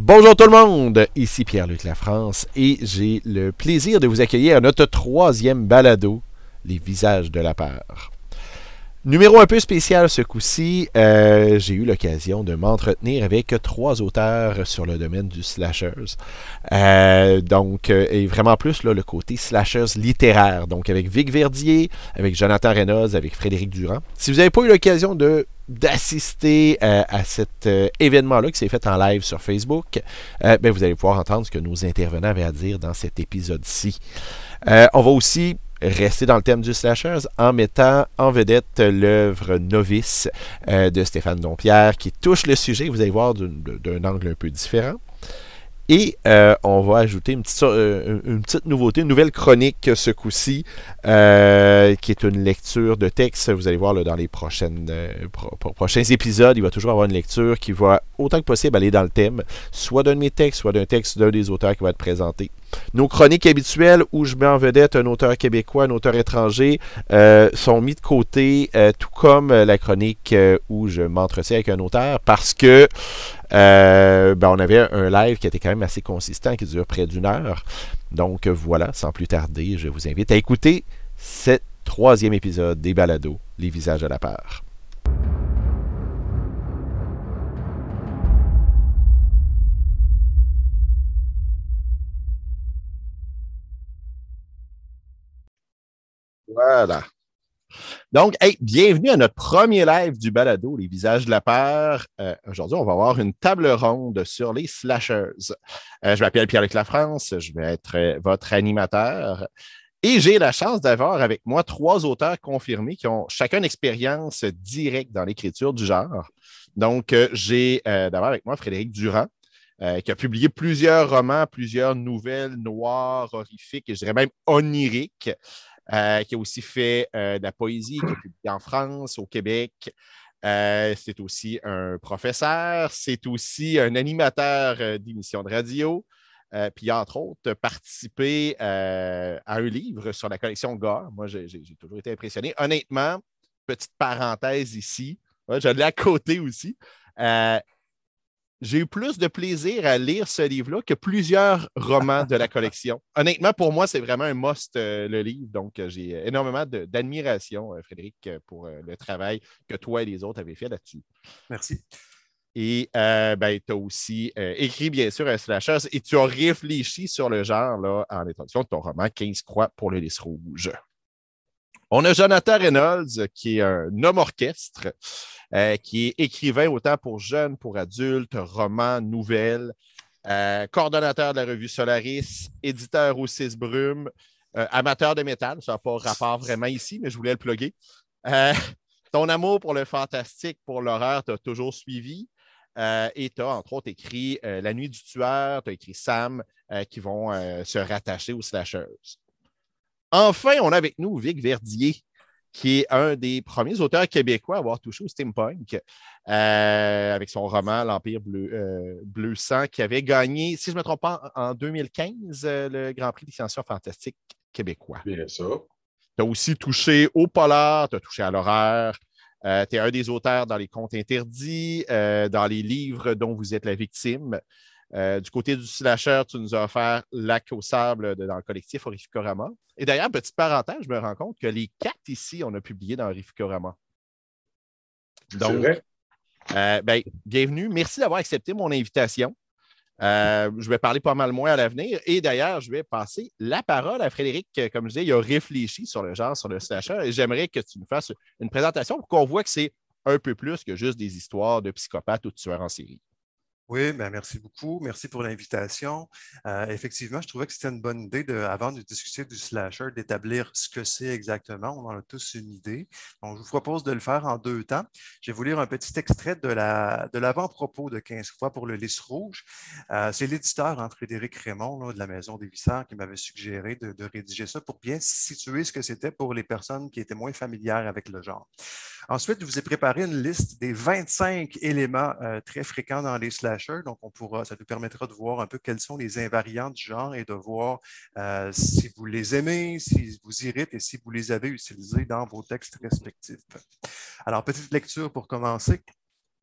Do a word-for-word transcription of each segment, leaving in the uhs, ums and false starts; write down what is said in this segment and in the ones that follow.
Bonjour tout le monde, ici Pierre-Luc Lafrance et j'ai le plaisir de vous accueillir à notre troisième balado, Les visages de la peur. Numéro un peu spécial ce coup-ci, euh, j'ai eu l'occasion de m'entretenir avec trois auteurs sur le domaine du slashers. Euh, donc, euh, et vraiment plus là, le côté slashers littéraire. Donc, avec Vic Verdier, avec Jonathan Reynolds, avec Frédéric Durand. Si vous n'avez pas eu l'occasion de d'assister euh, à cet euh, événement-là qui s'est fait en live sur Facebook, euh, ben, vous allez pouvoir entendre ce que nos intervenants avaient à dire dans cet épisode-ci. Euh, on va aussi rester dans le thème du slashers en mettant en vedette l'œuvre Novice euh, de Stéphane Dompierre qui touche le sujet, vous allez voir, d'un, d'un angle un peu différent. Et euh, on va ajouter une petite, euh, une petite nouveauté, une nouvelle chronique ce coup-ci, euh, qui est une lecture de texte. Vous allez voir là, dans les prochaines, euh, pro- pro- prochains épisodes, il va toujours avoir une lecture qui va autant que possible aller dans le thème, soit d'un de mes textes, soit d'un texte d'un des auteurs qui va être présenté. Nos chroniques habituelles où je mets en vedette un auteur québécois, un auteur étranger, euh, sont mis de côté, euh, tout comme la chronique euh, où je m'entretiens avec un auteur, parce que euh, ben, on avait un live qui était quand même assez consistant, qui dure près d'une heure. Donc voilà, sans plus tarder, je vous invite à écouter ce troisième épisode des balados, Les visages de la peur. Voilà. Donc, hey, bienvenue à notre premier live du balado, Les visages de la peur. Euh, aujourd'hui, on va avoir une table ronde sur les slashers. Euh, je m'appelle Pierre-Luc Lafrance, je vais être euh, votre animateur. Et j'ai la chance d'avoir avec moi trois auteurs confirmés qui ont chacun une expérience directe dans l'écriture du genre. Donc, euh, j'ai euh, d'abord avec moi Frédéric Durand, euh, qui a publié plusieurs romans, plusieurs nouvelles noires, horrifiques et je dirais même oniriques. Euh, qui a aussi fait euh, de la poésie, qui a publié en France, au Québec. Euh, c'est aussi un professeur, c'est aussi un animateur euh, d'émissions de radio. Euh, puis, entre autres, participé euh, à un livre sur la collection Gore. Moi, j'ai, j'ai, j'ai toujours été impressionné. Honnêtement, petite parenthèse ici, ouais, je l'ai à côté aussi. Euh, j'ai eu plus de plaisir à lire ce livre-là que plusieurs romans de la collection. Honnêtement, pour moi, c'est vraiment un must, euh, le livre. Donc, euh, j'ai énormément de, d'admiration, euh, Frédéric, pour euh, le travail que toi et les autres avez fait là-dessus. Merci. Et euh, ben, tu as aussi euh, écrit, bien sûr, un slasher et tu as réfléchi sur le genre là, en introduction de ton roman quinze croix pour le lys rouge. On a Jonathan Reynolds, qui est un homme orchestre, euh, qui est écrivain autant pour jeunes, pour adultes, romans, nouvelles, euh, coordonnateur de la revue Solaris, éditeur au Six Brumes, euh, amateur de métal. Ça n'a pas rapport vraiment ici, mais je voulais le plugger. Euh, ton amour pour le fantastique, pour l'horreur, tu as toujours suivi. Euh, et tu as, entre autres, écrit euh, La nuit du tueur, tu as écrit Sam, euh, qui vont euh, se rattacher aux slashers. Enfin, on a avec nous Vic Verdier, qui est un des premiers auteurs québécois à avoir touché au steampunk, euh, avec son roman L'Empire bleu, euh, bleu sang, qui avait gagné, si je ne me trompe pas, en deux mille quinze, euh, le Grand Prix des sciences fantastiques québécois. Bien ça. Tu as aussi touché au polar, tu as touché à l'horreur. Euh, tu es un des auteurs dans les contes interdits, euh, dans les livres dont vous êtes la victime. Euh, du côté du slasher, tu nous as offert Lac au sable de, dans le collectif Horrificorama. Et d'ailleurs, petite parenthèse, je me rends compte que les quatre ici, on a publié dans Horrificorama. Donc, c'est vrai. Euh, ben, bienvenue. Merci d'avoir accepté mon invitation. Euh, je vais parler pas mal moins à l'avenir. Et d'ailleurs, je vais passer la parole à Frédéric. Comme je disais, il a réfléchi sur le genre, sur le slasher. Et j'aimerais que tu nous fasses une présentation pour qu'on voit que c'est un peu plus que juste des histoires de psychopathes ou de tueurs en série. Oui, ben merci beaucoup. Merci pour l'invitation. Euh, effectivement, je trouvais que c'était une bonne idée, de, avant de discuter du slasher, d'établir ce que c'est exactement. On en a tous une idée. Donc, je vous propose de le faire en deux temps. Je vais vous lire un petit extrait de, la, de l'avant-propos de quinze fois pour le lys rouge. Euh, c'est l'éditeur, hein, Frédéric Raymond, là, de la Maison des Visseurs, qui m'avait suggéré de, de rédiger ça pour bien situer ce que c'était pour les personnes qui étaient moins familières avec le genre. Ensuite, je vous ai préparé une liste des vingt-cinq éléments euh, très fréquents dans les slashers. Donc, on pourra, ça nous permettra de voir un peu quels sont les invariants du genre et de voir euh, si vous les aimez, si vous irritent et si vous les avez utilisés dans vos textes respectifs. Alors, petite lecture pour commencer.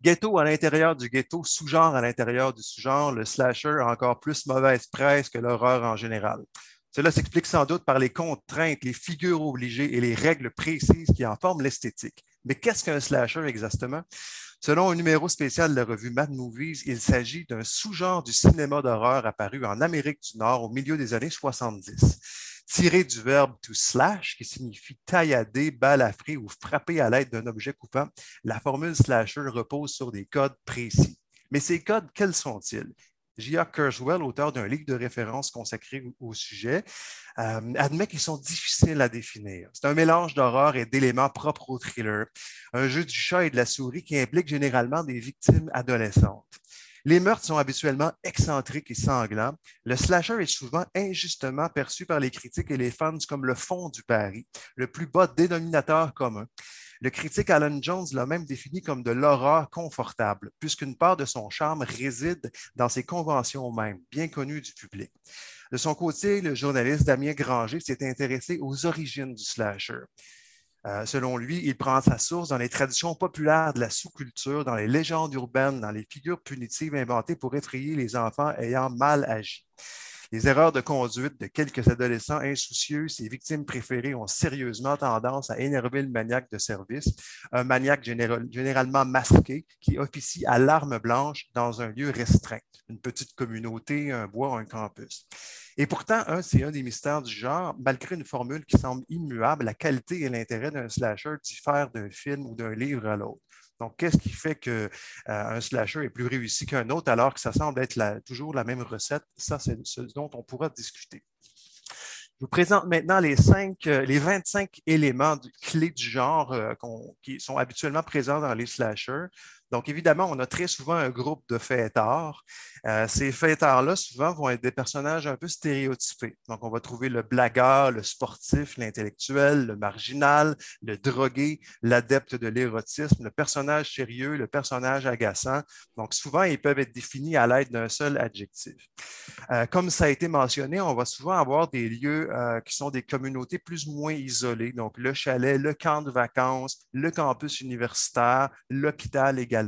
Ghetto à l'intérieur du ghetto, sous-genre à l'intérieur du sous-genre, le slasher a encore plus mauvaise presse que l'horreur en général. Cela s'explique sans doute par les contraintes, les figures obligées et les règles précises qui en forment l'esthétique. Mais qu'est-ce qu'un slasher exactement? Selon un numéro spécial de la revue Mad Movies, il s'agit d'un sous-genre du cinéma d'horreur apparu en Amérique du Nord au milieu des années soixante-dix. Tiré du verbe to slash, qui signifie taillader, balafrer ou frapper à l'aide d'un objet coupant, la formule slasher repose sur des codes précis. Mais ces codes, quels sont-ils? J A. Kurzweil, auteur d'un livre de référence consacré au sujet, euh, admet qu'ils sont difficiles à définir. C'est un mélange d'horreur et d'éléments propres au thriller, un jeu du chat et de la souris qui implique généralement des victimes adolescentes. Les meurtres sont habituellement excentriques et sanglants. Le slasher est souvent injustement perçu par les critiques et les fans comme le fond du pari, le plus bas dénominateur commun. Le critique Alan Jones l'a même défini comme de l'horreur confortable, puisqu'une part de son charme réside dans ses conventions mêmes, bien connues du public. De son côté, le journaliste Damien Granger s'est intéressé aux origines du slasher. Euh, selon lui, il prend sa source dans les traditions populaires de la sous-culture, dans les légendes urbaines, dans les figures punitives inventées pour effrayer les enfants ayant mal agi. Les erreurs de conduite de quelques adolescents insoucieux, ses victimes préférées ont sérieusement tendance à énerver le maniaque de service, un maniaque général, généralement masqué qui officie à l'arme blanche dans un lieu restreint, une petite communauté, un bois, un campus. Et pourtant, hein, c'est un des mystères du genre, malgré une formule qui semble immuable, la qualité et l'intérêt d'un slasher diffèrent d'un film ou d'un livre à l'autre. Donc, qu'est-ce qui fait qu'un euh, slasher est plus réussi qu'un autre alors que ça semble être la, toujours la même recette? Ça, c'est ce dont on pourra discuter. Je vous présente maintenant les, cinq, euh, les vingt-cinq éléments du, clés du genre euh, qui sont habituellement présents dans les slashers. Donc, évidemment, on a très souvent un groupe de fêtards. Euh, ces fêtards-là, souvent, vont être des personnages un peu stéréotypés. Donc, on va trouver le blagueur, le sportif, l'intellectuel, le marginal, le drogué, l'adepte de l'érotisme, le personnage sérieux, le personnage agaçant. Donc, souvent, ils peuvent être définis à l'aide d'un seul adjectif. Euh, comme ça a été mentionné, on va souvent avoir des lieux euh, qui sont des communautés plus ou moins isolées. Donc, le chalet, le camp de vacances, le campus universitaire, l'hôpital également.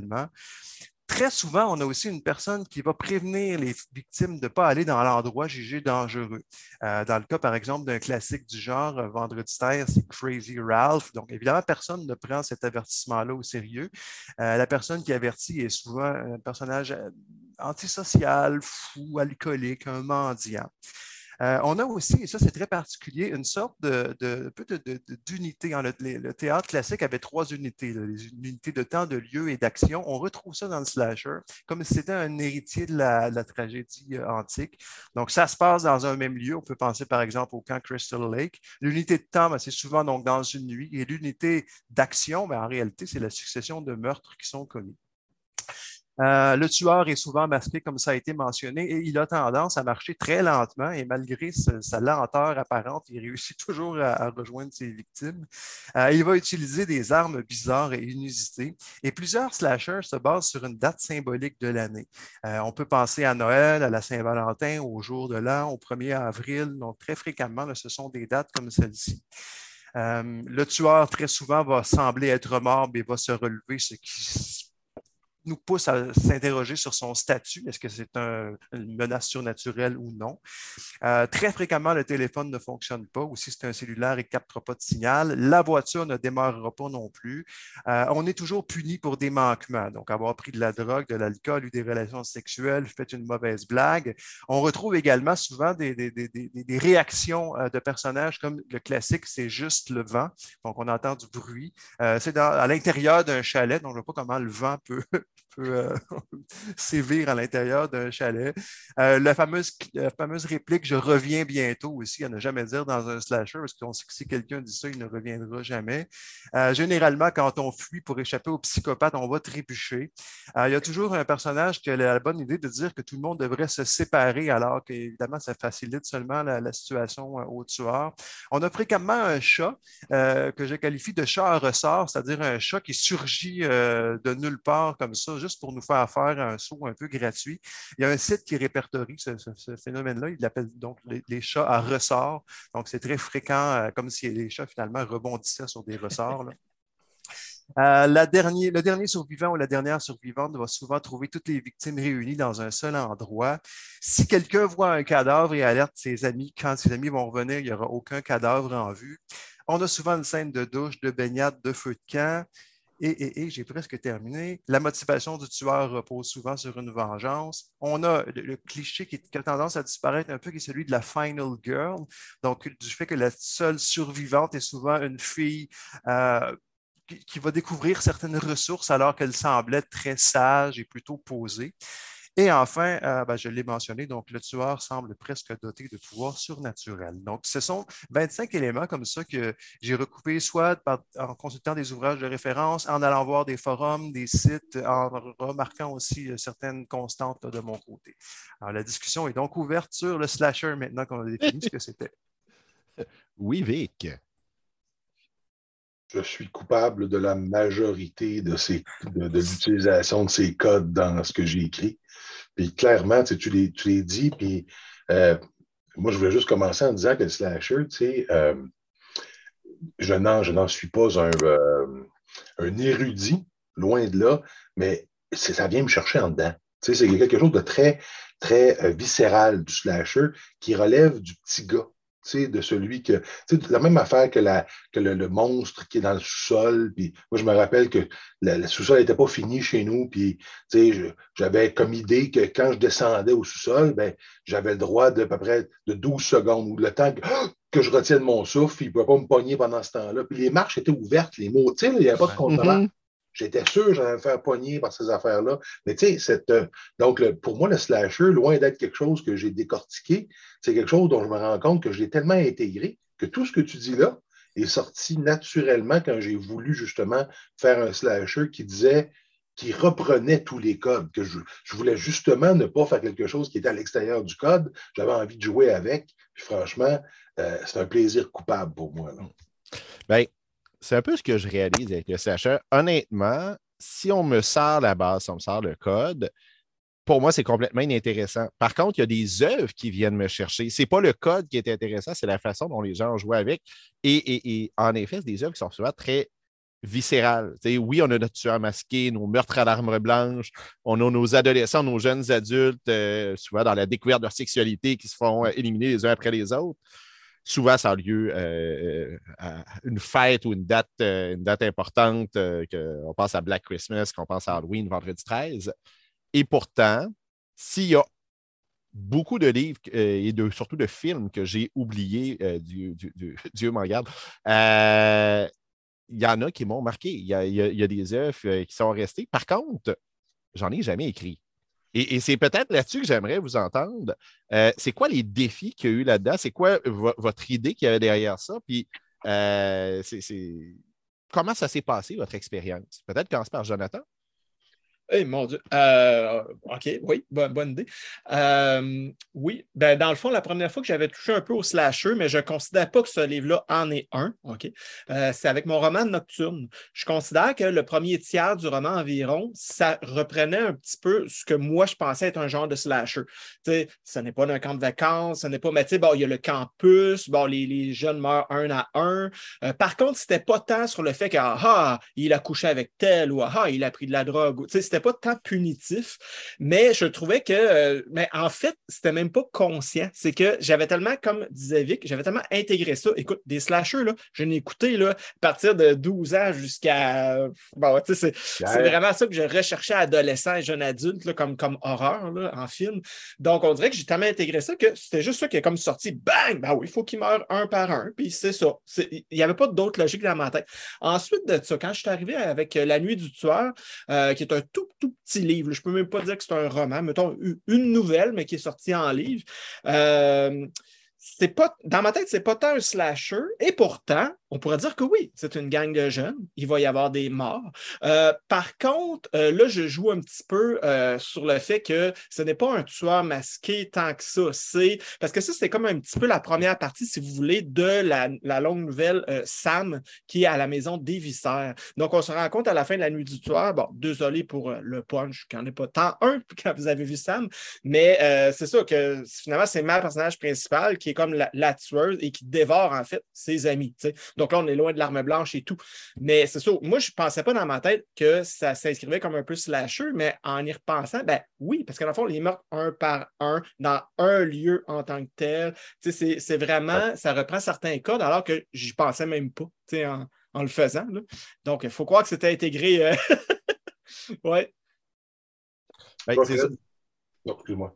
Très souvent, on a aussi une personne qui va prévenir les victimes de ne pas aller dans l'endroit jugé dangereux. Euh, dans le cas, par exemple, d'un classique du genre, euh, Vendredi terre, c'est Crazy Ralph. Donc, évidemment, personne ne prend cet avertissement-là au sérieux. Euh, la personne qui avertit est souvent un personnage antisocial, fou, alcoolique, un mendiant. Euh, on a aussi, et ça c'est très particulier, une sorte de, de, de, de, de d'unité. Le, le théâtre classique avait trois unités, là, les unités de temps, de lieu et d'action. On retrouve ça dans le slasher, comme si c'était un héritier de la, de la tragédie euh, antique. Donc ça se passe dans un même lieu. On peut penser par exemple au camp Crystal Lake. L'unité de temps, ben, c'est souvent donc dans une nuit. Et l'unité d'action, ben, en réalité, c'est la succession de meurtres qui sont commis. Euh, le tueur est souvent masqué, comme ça a été mentionné, et il a tendance à marcher très lentement, et malgré sa, sa lenteur apparente, il réussit toujours à, à rejoindre ses victimes. Euh, il va utiliser des armes bizarres et inusitées, et plusieurs slashers se basent sur une date symbolique de l'année. Euh, on peut penser à Noël, à la Saint-Valentin, au jour de l'an, au premier avril, donc très fréquemment, là, ce sont des dates comme celle-ci. Euh, le tueur, très souvent, va sembler être mort, mais va se relever, ce qui nous pousse à s'interroger sur son statut. Est-ce que c'est un, une menace surnaturelle ou non? Euh, très fréquemment, le téléphone ne fonctionne pas, ou si c'est un cellulaire, il ne captera pas de signal. La voiture ne démarrera pas non plus. Euh, on est toujours puni pour des manquements, donc avoir pris de la drogue, de l'alcool, eu des relations sexuelles, fait une mauvaise blague. On retrouve également souvent des, des, des, des, des réactions de personnages comme le classique, c'est juste le vent. Donc, on entend du bruit. Euh, c'est dans, à l'intérieur d'un chalet, donc je ne vois pas comment le vent peut peut euh, sévir à l'intérieur d'un chalet. Euh, la, fameuse, la fameuse réplique « Je reviens bientôt » aussi, à ne jamais dire dans un slasher, parce qu'on sait que si quelqu'un dit ça, il ne reviendra jamais. Euh, généralement, quand on fuit pour échapper au psychopathe, on va trébucher. Euh, il y a toujours un personnage qui a la bonne idée de dire que tout le monde devrait se séparer, alors qu'évidemment, ça facilite seulement la, la situation euh, au tueur. On a fréquemment un chat euh, que je qualifie de chat à ressort, c'est-à-dire un chat qui surgit euh, de nulle part comme ça, juste pour nous faire faire un saut un peu gratuit. Il y a un site qui répertorie ce, ce, ce phénomène-là. Il l'appelle donc les, les chats à ressort. Donc, c'est très fréquent, euh, comme si les chats, finalement, rebondissaient sur des ressorts, là. Euh, la dernier, le dernier survivant ou la dernière survivante va souvent trouver toutes les victimes réunies dans un seul endroit. Si quelqu'un voit un cadavre et alerte ses amis, quand ses amis vont revenir, il n'y aura aucun cadavre en vue. On a souvent une scène de douche, de baignade, de feu de camp. Et, et, et j'ai presque terminé. La motivation du tueur repose souvent sur une vengeance. On a le, le cliché qui, qui, a tendance à disparaître un peu, qui est celui de la final girl. Donc, du fait que la seule survivante est souvent une fille euh, qui, qui va découvrir certaines ressources alors qu'elle semblait très sage et plutôt posée. Et enfin, euh, ben, je l'ai mentionné, donc le tueur semble presque doté de pouvoirs surnaturels. Donc, ce sont vingt-cinq éléments comme ça que j'ai recoupés soit par, en consultant des ouvrages de référence, en allant voir des forums, des sites, en remarquant aussi euh, certaines constantes là, de mon côté. Alors, la discussion est donc ouverte sur le slasher maintenant qu'on a défini ce que c'était. Oui, Vic. Je suis coupable de la majorité de, ces, de, de l'utilisation de ces codes dans ce que j'ai écrit. Puis clairement, tu, sais, tu, les, tu les dis, puis euh, moi, je voulais juste commencer en disant que le slasher, tu sais, euh, je n'en, je n'en suis pas un, euh, un érudit, loin de là, mais c'est, ça vient me chercher en dedans. Tu sais, c'est quelque chose de très, très euh, viscéral du slasher qui relève du petit gars. Tu sais, de celui que. Tu sais, la même affaire que, la, que le, le monstre qui est dans le sous-sol. Puis moi, je me rappelle que le, le sous-sol n'était pas fini chez nous. Puis, tu sais, je, j'avais comme idée que quand je descendais au sous-sol, ben, j'avais le droit de à peu près de douze secondes ou le temps que, que je retienne mon souffle. Il ne pouvait pas me pogner pendant ce temps-là. Puis les marches étaient ouvertes, les mots, tu sais, il n'y avait pas de Ouais. contre-marche. Mm-hmm. J'étais sûr que j'allais me faire pogner par ces affaires-là. Mais tu sais, cette, euh, donc le, pour moi, le slasher, loin d'être quelque chose que j'ai décortiqué, c'est quelque chose dont je me rends compte que je l'ai tellement intégré que tout ce que tu dis là est sorti naturellement quand j'ai voulu justement faire un slasher qui disait, qui reprenait tous les codes, que je, je voulais justement ne pas faire quelque chose qui était à l'extérieur du code. J'avais envie de jouer avec. Puis franchement, euh, c'est un plaisir coupable pour moi. Là. Bien, c'est un peu ce que je réalise avec le slasher. Honnêtement, si on me sort la base, si on me sort le code, pour moi, c'est complètement inintéressant. Par contre, il y a des œuvres qui viennent me chercher. Ce n'est pas le code qui est intéressant, c'est la façon dont les gens jouent avec. Et, et, et en effet, c'est des œuvres qui sont souvent très viscérales. T'sais, oui, on a notre tueur masqué, nos meurtres à l'arme blanche, on a nos adolescents, nos jeunes adultes, euh, souvent dans la découverte de leur sexualité, qui se font euh, éliminer les uns après les autres. Souvent, ça a lieu euh, à une fête ou une date, euh, une date importante, euh, que, on pense à Black Christmas, qu'on pense à Halloween, vendredi treize. Et pourtant, s'il y a beaucoup de livres euh, et de, surtout de films que j'ai oubliés, euh, Dieu, Dieu, Dieu, Dieu m'en garde, euh, il y en a qui m'ont marqué. Il y a, il y a, il y a des œuvres euh, qui sont restées. Par contre, j'en ai jamais écrit. Et, et c'est peut-être là-dessus que j'aimerais vous entendre. Euh, c'est quoi les défis qu'il y a eu là-dedans? C'est quoi v- votre idée qu'il y avait derrière ça? Puis, euh, c'est, c'est... comment ça s'est passé, votre expérience? Peut-être commencer par Jonathan? Hey, mon Dieu. Euh, OK, oui, bonne, bonne idée. Euh, oui, ben, dans le fond, la première fois que j'avais touché un peu au slasher, mais je ne considère pas que ce livre-là en est un. OK. Euh, c'est avec mon roman Nocturne. Je considère que le premier tiers du roman environ, ça reprenait un petit peu ce que moi, je pensais être un genre de slasher. Tu sais, ce n'est pas d'un camp de vacances, ce n'est pas, mais tu sais, bon, il y a le campus, bon, les, les jeunes meurent un à un. Euh, par contre, c'était pas tant sur le fait que, ah, ah, il a couché avec tel ou ah, il a pris de la drogue. Tu sais, c'était pas tant punitif, mais je trouvais que, euh, mais en fait, c'était même pas conscient. C'est que j'avais tellement, comme disait Vic, j'avais tellement intégré ça. Écoute, des slashers, là, je n'ai écouté là, à partir de douze ans jusqu'à. Bon, tu sais, c'est, c'est vraiment ça que je recherchais adolescent et jeune adulte, là, comme, comme horreur là, en film. Donc, on dirait que j'ai tellement intégré ça que c'était juste ça qui est comme sorti, bang, ben oui, il faut qu'ils meurent un par un. Puis c'est ça. C'est, il n'y avait pas d'autre logique dans ma tête. Ensuite de ça, quand je suis arrivé avec La Nuit du tueur, euh, qui est un tout tout petit livre. Je ne peux même pas dire que c'est un roman, mettons une nouvelle, mais qui est sortie en livre. Euh, c'est pas, dans ma tête, c'est pas tant un slasher, et pourtant, on pourrait dire que oui, c'est une gang de jeunes, il va y avoir des morts. Euh, par contre, euh, là, je joue un petit peu euh, sur le fait que ce n'est pas un tueur masqué tant que ça. C'est, parce que ça, c'est comme un petit peu la première partie, si vous voulez, de la, la longue nouvelle euh, Sam, qui est à la maison des Viscères. Donc, on se rend compte à la fin de La Nuit du tueur, bon, désolé pour euh, le punch, qu'il n'y en ait pas tant un quand vous avez vu Sam, mais euh, c'est ça que finalement, c'est ma personnage principal qui est comme la, la tueuse et qui dévore en fait ses amis. T'sais. Donc, Donc là, on est loin de l'arme blanche et tout. Mais c'est ça, moi, je ne pensais pas dans ma tête que ça s'inscrivait comme un peu slasher, mais en y repensant, ben oui, parce qu'en fond, les meurtres un par un, dans un lieu en tant que tel, c'est, c'est vraiment, ça reprend certains codes alors que j'y pensais même pas en, en le faisant. Là. Donc, il faut croire que c'était intégré. Euh... ouais. Ben, c'est ça. Non, excuse-moi.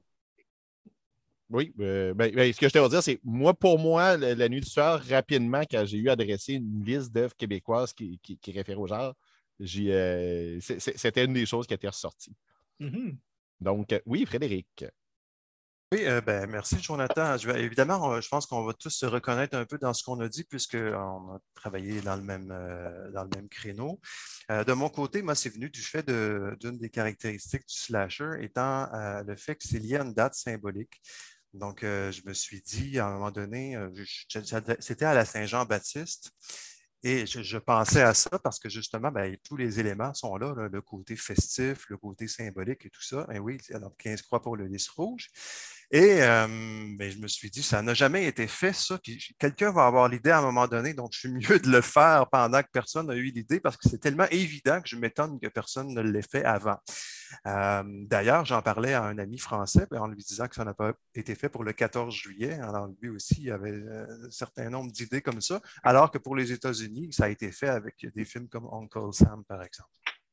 Oui, euh, ben, ben, ce que je te veux dire, c'est moi, pour moi, la, la Nuit du Tueur, rapidement, quand j'ai eu adressé une liste d'œuvres québécoises qui, qui, qui référait au genre, j'ai, euh, c'est, c'est, c'était une des choses qui était ressortie. Mm-hmm. Donc, euh, oui, Frédéric. Oui, euh, ben, merci, Jonathan. Je vais, évidemment, on, je pense qu'on va tous se reconnaître un peu dans ce qu'on a dit, puisqu'on a travaillé dans le même, euh, dans le même créneau. Euh, de mon côté, moi, c'est venu du fait de, d'une des caractéristiques du slasher, étant euh, le fait que c'est lié à une date symbolique. Donc, euh, je me suis dit, à un moment donné, euh, je, je, c'était à la Saint-Jean-Baptiste. Et je, je pensais à ça parce que justement, ben, tous les éléments sont là, là, le côté festif, le côté symbolique et tout ça. Et oui, alors quinze croix pour le lys rouge. Et euh, ben, je me suis dit, ça n'a jamais été fait, ça. Puis quelqu'un va avoir l'idée à un moment donné, donc je suis mieux de le faire pendant que personne n'a eu l'idée parce que c'est tellement évident que je m'étonne que personne ne l'ait fait avant. Euh, d'ailleurs, j'en parlais à un ami français en lui disant que ça n'a pas été fait pour le quatorze juillet. Alors, lui aussi, il avait un certain nombre d'idées comme ça, alors que pour les États-Unis, ça a été fait avec des films comme Uncle Sam, par exemple.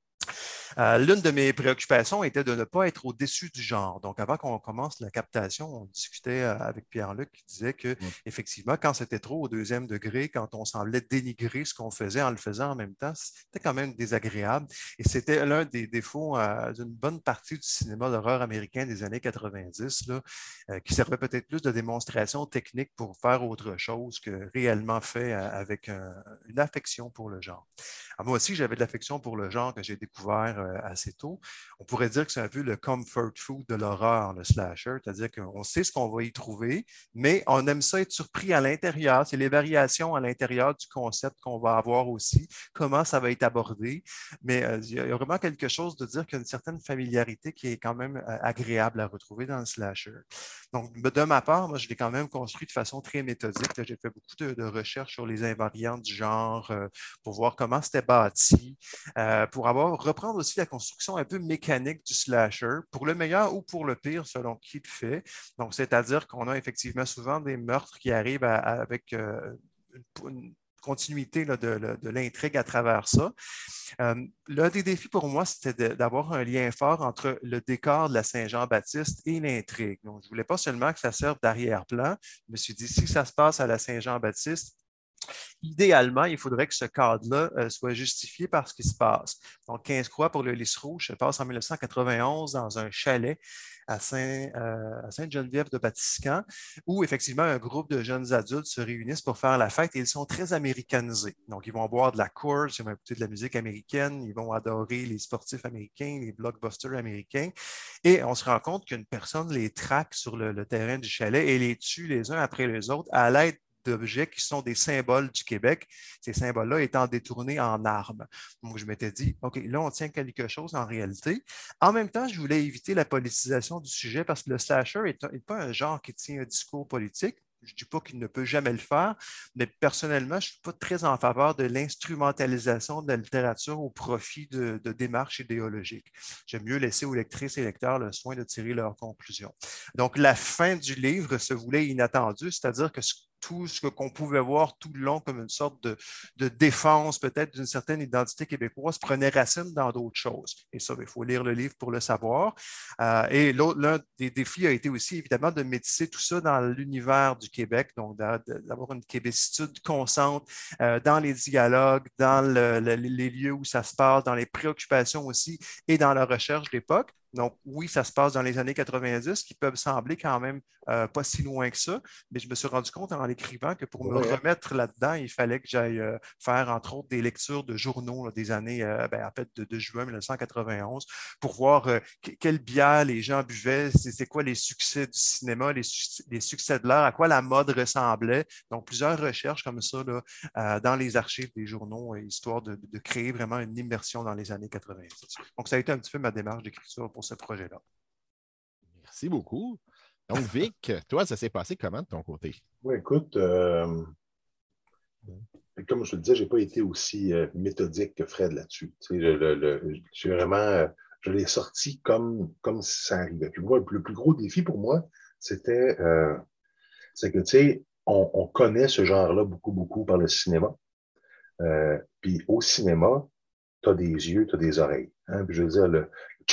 Euh, l'une de mes préoccupations était de ne pas être au-dessus du genre. Donc, avant qu'on commence la captation, on discutait avec Pierre-Luc qui disait que, mmh. effectivement, quand c'était trop au deuxième degré, quand on semblait dénigrer ce qu'on faisait en le faisant en même temps, c'était quand même désagréable. Et c'était l'un des défauts euh, d'une bonne partie du cinéma d'horreur américain des années quatre-vingt-dix, là, euh, qui servait peut-être plus de démonstration technique pour faire autre chose que réellement fait euh, avec un, une affection pour le genre. Alors, moi aussi, j'avais de l'affection pour le genre que j'ai découvert euh, assez tôt. On pourrait dire que c'est un peu le comfort food de l'horreur, le slasher, c'est-à-dire qu'on sait ce qu'on va y trouver, mais on aime ça être surpris à l'intérieur. C'est les variations à l'intérieur du concept qu'on va avoir aussi, comment ça va être abordé. Mais euh, il y a vraiment quelque chose de dire qu'il y a une certaine familiarité qui est quand même euh, agréable à retrouver dans le slasher. Donc, de ma part, moi, je l'ai quand même construit de façon très méthodique. J'ai fait beaucoup de, de recherches sur les invariants du genre euh, pour voir comment c'était bâti, euh, pour avoir reprendre aussi la construction un peu mécanique du slasher, pour le meilleur ou pour le pire, selon qui le fait. Donc, c'est-à-dire qu'on a effectivement souvent des meurtres qui arrivent à, à, avec euh, une, une continuité là, de, de l'intrigue à travers ça. Euh, l'un des défis pour moi, c'était de, d'avoir un lien fort entre le décor de la Saint-Jean-Baptiste et l'intrigue. Donc, je ne voulais pas seulement que ça serve d'arrière-plan. Je me suis dit, si ça se passe à la Saint-Jean-Baptiste, idéalement, il faudrait que ce cadre-là euh, soit justifié par ce qui se passe. Donc, quinze croix pour le lys rouge se passe en mille neuf cent quatre-vingt-onze dans un chalet à, Saint, euh, à Sainte-Geneviève-de-Batiscan, où effectivement un groupe de jeunes adultes se réunissent pour faire la fête et ils sont très américanisés. Donc, ils vont boire de la course, ils vont écouter de la musique américaine, ils vont adorer les sportifs américains, les blockbusters américains. Et on se rend compte qu'une personne les traque sur le, le terrain du chalet et les tue les uns après les autres à l'aide d'objets qui sont des symboles du Québec, ces symboles-là étant détournés en armes. Donc, je m'étais dit, OK, là, on tient quelque chose en réalité. En même temps, je voulais éviter la politisation du sujet parce que le slasher n'est pas un genre qui tient un discours politique. Je ne dis pas qu'il ne peut jamais le faire, mais personnellement, je ne suis pas très en faveur de l'instrumentalisation de la littérature au profit de, de démarches idéologiques. J'aime mieux laisser aux lectrices et lecteurs le soin de tirer leurs conclusions. Donc, la fin du livre se voulait inattendue, c'est-à-dire que ce tout ce qu'on pouvait voir tout le long comme une sorte de, de défense peut-être d'une certaine identité québécoise prenait racine dans d'autres choses. Et ça, il faut lire le livre pour le savoir. Euh, et l'un des défis a été aussi évidemment de métisser tout ça dans l'univers du Québec, donc d'avoir une québécitude constante euh, dans les dialogues, dans le, le, les lieux où ça se passe, dans les préoccupations aussi et dans la recherche d'époque. Donc, oui, ça se passe dans les années quatre-vingt-dix, qui peuvent sembler quand même euh, pas si loin que ça, mais je me suis rendu compte en l'écrivant que pour me ouais. remettre là-dedans, il fallait que j'aille euh, faire, entre autres, des lectures de journaux là, des années, euh, ben, en fait, de, de juin mille neuf cent quatre-vingt-onze, pour voir euh, quelle bière les gens buvaient, c'est quoi les succès du cinéma, les, su les succès de l'art, à quoi la mode ressemblait. Donc, plusieurs recherches comme ça là, euh, dans les archives des journaux, histoire de, de créer vraiment une immersion dans les années quatre-vingt-dix. Donc, ça a été un petit peu ma démarche d'écriture pour ce projet-là. Merci beaucoup. Donc, Vic, toi, ça s'est passé comment de ton côté? Oui, écoute, euh, comme je te le disais, je n'ai pas été aussi euh, méthodique que Fred là-dessus. Tu sais, le, le, le, j'ai vraiment, euh, je l'ai sorti comme, comme si ça arrivait. Puis moi, le plus gros défi pour moi, c'était euh, c'est que, tu sais, on, on connaît ce genre-là beaucoup, beaucoup par le cinéma. Euh, puis au cinéma, tu as des yeux, tu as des oreilles. Hein? Puis je veux dire, le,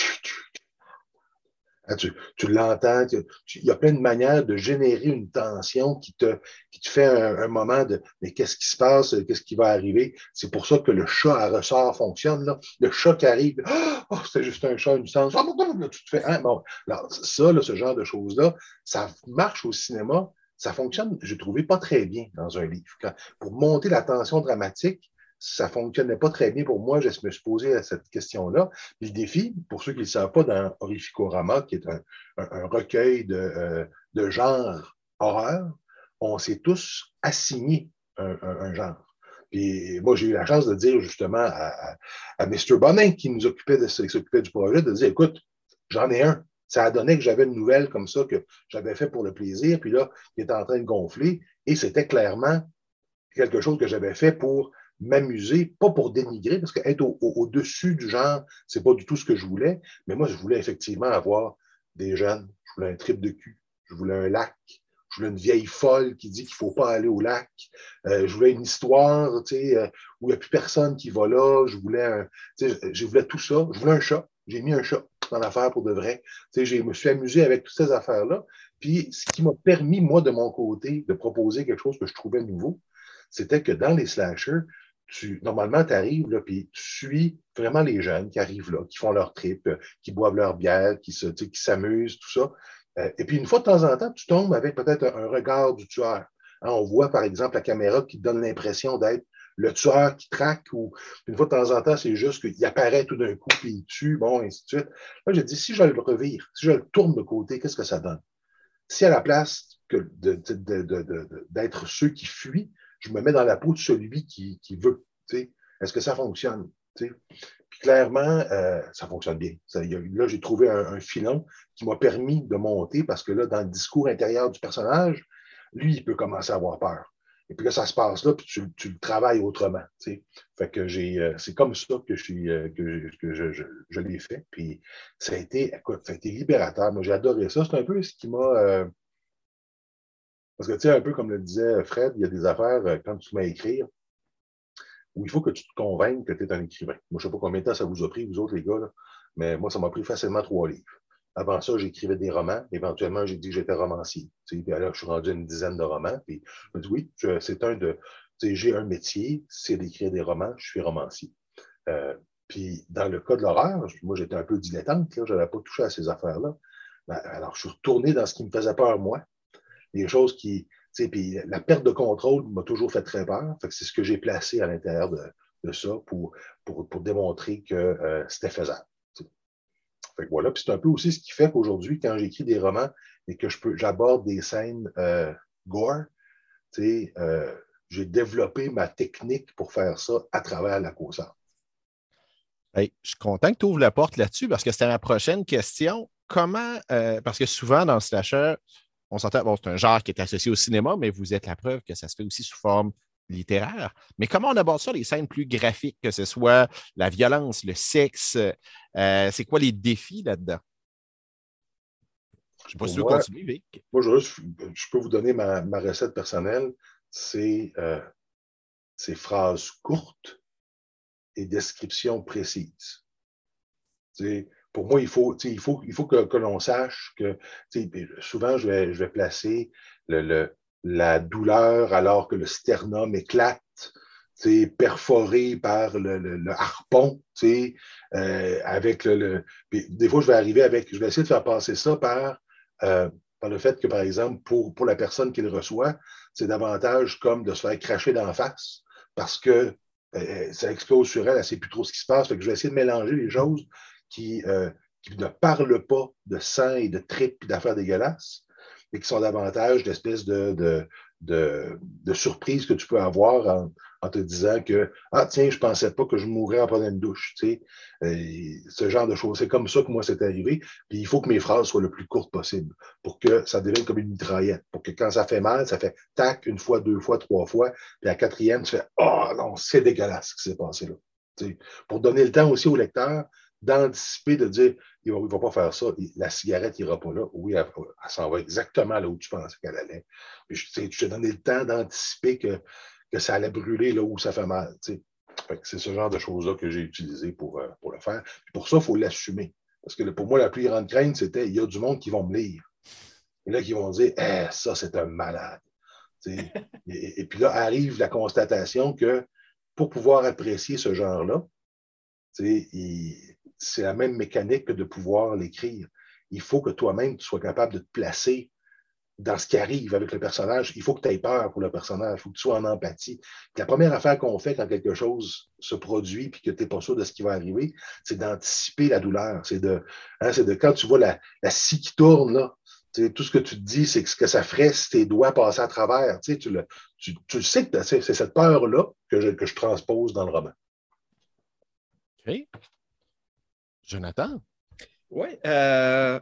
Hein, tu, tu l'entends, tu- tu- il y a plein de manières de générer une tension qui te, qui te fait un, un moment de mais qu'est-ce qui se passe, qu'est-ce qui va arriver. C'est pour ça que le chat à ressort fonctionne. Là. Le chat qui arrive, oh, c'est juste un chat, une sens. Oh, là, tu te fais, hein? Bon, alors, ça, là, ce genre de choses-là, ça marche au cinéma, ça fonctionne, j'ai trouvé, pas très bien dans un livre. Quand, pour monter la tension dramatique, ça ne fonctionnait pas très bien pour moi. Je me suis posé cette question-là. Puis le défi, pour ceux qui ne le savent pas, dans Horrificorama, qui est un, un, un recueil de, euh, de genre horreur, on s'est tous assigné un, un, un genre. Puis moi, j'ai eu la chance de dire justement à, à, à mister Bonin, qui nous occupait, de, qui s'occupait du projet, de dire, écoute, j'en ai un. Ça a donné que j'avais une nouvelle comme ça que j'avais fait pour le plaisir, puis là, il était en train de gonfler, et c'était clairement quelque chose que j'avais fait pour m'amuser, pas pour dénigrer, parce qu'être au, au, au-dessus du genre, c'est pas du tout ce que je voulais, mais moi, je voulais effectivement avoir des jeunes, je voulais un trip de cul, je voulais un lac, je voulais une vieille folle qui dit qu'il ne faut pas aller au lac, euh, je voulais une histoire, tu sais, euh, où il n'y a plus personne qui va là, je voulais un, tu sais, je voulais tout ça, je voulais un chat, j'ai mis un chat dans l'affaire pour de vrai, tu sais, je me suis amusé avec toutes ces affaires-là, puis ce qui m'a permis, moi, de mon côté, de proposer quelque chose que je trouvais nouveau, c'était que dans les slashers, tu, normalement, tu arrives, là, puis tu suis vraiment les jeunes qui arrivent là, qui font leur trip, euh, qui boivent leur bière, qui, se, qui s'amusent, tout ça. Euh, et puis, une fois de temps en temps, tu tombes avec peut-être un, un regard du tueur. Hein, on voit, par exemple, la caméra qui te donne l'impression d'être le tueur qui traque, ou une fois de temps en temps, c'est juste qu'il apparaît tout d'un coup, puis il tue, bon, et ainsi de suite. Là, j'ai dit, si je le revire, si je le tourne de côté, qu'est-ce que ça donne? Si à la place que de, de, de, de, d'être ceux qui fuient, je me mets dans la peau de celui qui, qui veut. T'sais. Est-ce que ça fonctionne? T'sais? Puis clairement, euh, ça fonctionne bien. Ça, y a, là, j'ai trouvé un, un filon qui m'a permis de monter parce que là, dans le discours intérieur du personnage, lui, il peut commencer à avoir peur. Et puis là, ça se passe là, puis tu, tu le travailles autrement. T'sais. Fait que j'ai, euh, c'est comme ça que je suis, euh, que, que je, je, je l'ai fait. Puis ça a été, écoute, ça a été libérateur. Moi, j'ai adoré ça. C'est un peu ce qui m'a. Euh, parce que, tu sais, un peu comme le disait Fred, il y a des affaires, euh, quand tu te mets à écrire, où il faut que tu te convainques que tu es un écrivain. Moi, je ne sais pas combien de temps ça vous a pris, vous autres, les gars, là, mais moi, ça m'a pris facilement trois livres. Avant ça, j'écrivais des romans. Éventuellement, j'ai dit que j'étais romancier. Tu sais, puis alors, je suis rendu à une dizaine de romans. Puis je me dis, oui, je, c'est un de. Tu sais, j'ai un métier, c'est d'écrire des romans, je suis romancier. Euh, puis dans le cas de l'horreur, moi, j'étais un peu dilettante, là, je n'avais pas touché à ces affaires-là. Ben, alors, je suis retourné dans ce qui me faisait peur, moi. Des choses qui. Tu sais, puis la perte de contrôle m'a toujours fait très peur. Fait que c'est ce que j'ai placé à l'intérieur de, de ça pour, pour, pour démontrer que euh, c'était faisable. Tu sais. Fait que voilà. Puis c'est un peu aussi ce qui fait qu'aujourd'hui, quand j'écris des romans et que je peux, j'aborde des scènes euh, gore, tu sais, euh, j'ai développé ma technique pour faire ça à travers la causa. Hey, je suis content que tu ouvres la porte là-dessus parce que c'était ma prochaine question. Comment, euh, parce que souvent dans le slasher, on s'entend, bon, c'est un genre qui est associé au cinéma, mais vous êtes la preuve que ça se fait aussi sous forme littéraire. Mais comment on aborde ça, les scènes plus graphiques, que ce soit la violence, le sexe, euh, c'est quoi les défis là-dedans? Je ne sais pas Pour si tu veux moi, continuer, Vic. moi je, je peux vous donner ma, ma recette personnelle. C'est euh, ces phrases courtes et descriptions précises. T'sais, pour moi, il faut, il faut, il faut que, que l'on sache que souvent, je vais, je vais placer le, le, la douleur alors que le sternum éclate, perforé par le, le, le harpon, euh, avec le, le. Des fois, je vais arriver avec. Je vais essayer de faire passer ça par, euh, par le fait que, par exemple, pour, pour la personne qui le reçoit, c'est davantage comme de se faire cracher d'en face parce que euh, ça explose sur elle, elle ne sait plus trop ce qui se passe. Fait que je vais essayer de mélanger les choses qui, euh, qui ne parlent pas de sang et de tripes et d'affaires dégueulasses, mais qui sont davantage d'espèces de, de, de, de surprise que tu peux avoir en, en te disant que « Ah, tiens, je ne pensais pas que je mourrais en prenant une douche. » Tu sais, et ce genre de choses. C'est comme ça que moi, c'est arrivé. Puis il faut que mes phrases soient le plus courtes possible pour que ça devienne comme une mitraillette. Pour que quand ça fait mal, ça fait tac, une fois, deux fois, trois fois. Puis à la quatrième, tu fais « Oh non, c'est dégueulasse ce qui s'est passé là. » Tu sais, pour donner le temps aussi au lecteur d'anticiper, de dire « Il ne va, va pas faire ça. La cigarette n'ira pas là. » Oui, elle, elle s'en va exactement là où tu pensais qu'elle allait. Puis, tu sais, je t'ai donné le temps d'anticiper que que ça allait brûler là où ça fait mal. Fait que c'est ce genre de choses-là que j'ai utilisé pour, euh, pour le faire. Puis pour ça, il faut l'assumer. Parce que pour moi, la plus grande crainte, c'était il y a du monde qui vont me lire. Et là, qui vont dire eh, ça, c'est un malade. et, et puis là, arrive la constatation que pour pouvoir apprécier ce genre-là, il, c'est la même mécanique que de pouvoir l'écrire. Il faut que toi-même, tu sois capable de te placer dans ce qui arrive avec le personnage. Il faut que tu aies peur pour le personnage. Il faut que tu sois en empathie. Puis la première affaire qu'on fait quand quelque chose se produit et que tu n'es pas sûr de ce qui va arriver, c'est d'anticiper la douleur. C'est de, hein, c'est de quand tu vois la, la scie qui tourne, là, tout ce que tu te dis, c'est que ce que ça ferait si tes doigts passaient à travers. Tu, le, tu, tu le sais que c'est, c'est cette peur-là que je, que je transpose dans le roman. OK. Jonathan? Oui. Euh...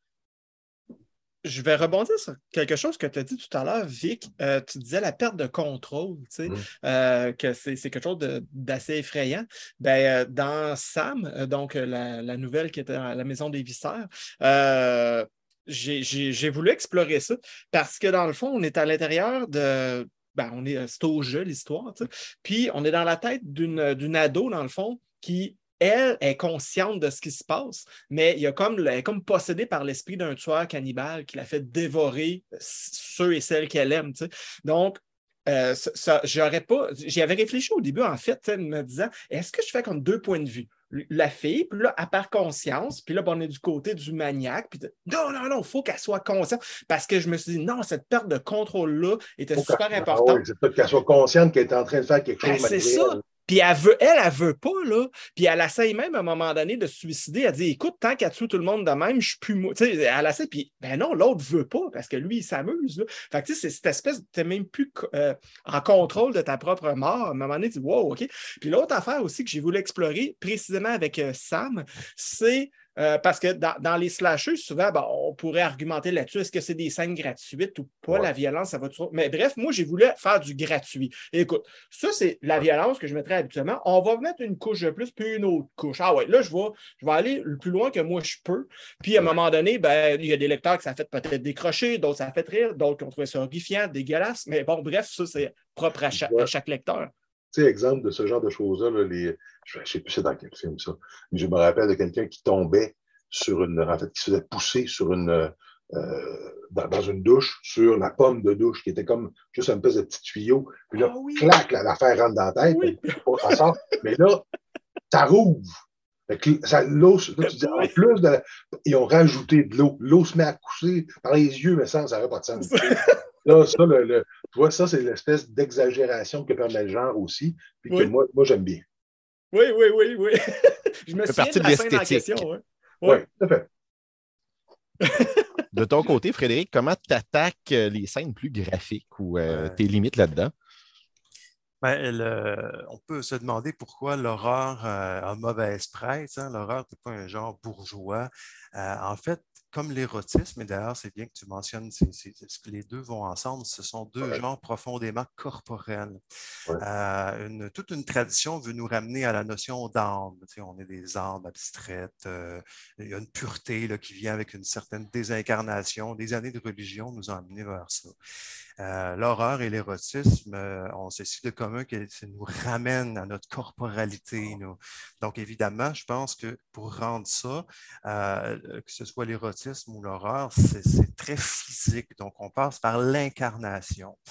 Je vais rebondir sur quelque chose que tu as dit tout à l'heure, Vic. Euh, tu disais la perte de contrôle, tu sais, mmh. euh, que c'est, c'est quelque chose de, d'assez effrayant. Ben, euh, dans Sam, euh, donc la, la nouvelle qui était à la Maison des Viscères, euh, j'ai, j'ai, j'ai voulu explorer ça parce que dans le fond, on est à l'intérieur de... Ben, on est, c'est au jeu, l'histoire, tu sais. Puis on est dans la tête d'une, d'une ado, dans le fond, qui... Elle est consciente de ce qui se passe, mais il y a comme, elle est comme possédée par l'esprit d'un tueur cannibale qui la fait dévorer ceux et celles qu'elle aime. Tu sais. Donc, euh, ça, ça, j'aurais pas. J'y avais réfléchi au début, en fait, me disant est-ce que je fais comme deux points de vue? La fille, puis là, elle perd conscience, puis là, on est du côté du maniaque, puis de, non, non, non, il faut qu'elle soit consciente, parce que je me suis dit, non, cette perte de contrôle-là était faut super importante. Ah oui, c'est peut-être qu'elle soit consciente qu'elle est en train de faire quelque chose ben, de c'est ça. Puis elle veut, elle, elle veut pas, là. Puis elle essaye même à un moment donné de se suicider. Elle dit écoute, tant qu'elle tue tout le monde de même, je suis plus moi. Tu sais, elle essaie, puis ben non, l'autre veut pas parce que lui, il s'amuse. Là. Fait que tu sais, c'est cette espèce, tu n'es même plus euh, en contrôle de ta propre mort. À un moment donné, tu dis wow, OK. Puis l'autre affaire aussi que j'ai voulu explorer, précisément avec euh, Sam, c'est. Euh, parce que dans, dans les slashers, souvent, ben, on pourrait argumenter là-dessus, est-ce que c'est des scènes gratuites ou pas, ouais. La violence, ça va toujours. Mais bref, moi, j'ai voulu faire du gratuit. Et écoute, ça, c'est la violence que je mettrais habituellement. On va mettre une couche de plus, puis une autre couche. Ah ouais, là, je vais, je vais aller le plus loin que moi, je peux. Puis à un moment donné, ben, il y a des lecteurs que ça fait peut-être décrocher, d'autres ça fait rire, d'autres qui ont trouvé ça horrifiant, dégueulasse. Mais bon, bref, ça, c'est propre à chaque, ouais. à chaque lecteur. Tu sais, exemple de ce genre de choses-là, là, les... je ne sais plus c'est dans quel film ça, mais je me rappelle de quelqu'un qui tombait sur une, en fait, qui se faisait pousser sur une, euh, dans, dans une douche, sur la pomme de douche, qui était comme juste un espèce de petit tuyau, puis là, oh, oui. clac, là, l'affaire rentre dans la tête, oui. puis, ça sort, mais là, ça rouvre. Ça, l'eau, là, tu dis, oui. En plus, de, ils ont rajouté de l'eau. L'eau se met à coucher par les yeux, mais ça, ça n'avait pas de sens. Là, ça, le, le, tu vois, ça, c'est l'espèce d'exagération que permet le genre aussi, puis oui. que moi, moi, j'aime bien. Oui, oui, oui, oui. Je me souviens de la scène en question. Oui, oui, tout à fait. De ton côté, Frédéric, comment tu attaques les scènes plus graphiques ou euh, tes limites là-dedans? Ben, le, on peut se demander pourquoi l'horreur euh, a mauvaise presse. Hein? L'horreur n'est pas un genre bourgeois. Euh, en fait, comme l'érotisme, et d'ailleurs, c'est bien que tu mentionnes c'est, c'est, c'est que les deux vont ensemble, ce sont deux ouais. genres profondément corporels. Ouais. Euh, une, toute une tradition veut nous ramener à la notion d'âme. Tu sais, on est des âmes abstraites. Euh, il y a une pureté là, qui vient avec une certaine désincarnation. Des années de religion nous ont amenés vers ça. Euh, l'horreur et l'érotisme euh, ont ceci de commun que ça nous ramène à notre corporalité. Nous. Donc, évidemment, je pense que pour rendre ça, euh, que ce soit l'érotisme ou l'horreur, c'est, c'est très physique. Donc, on passe par l'incarnation.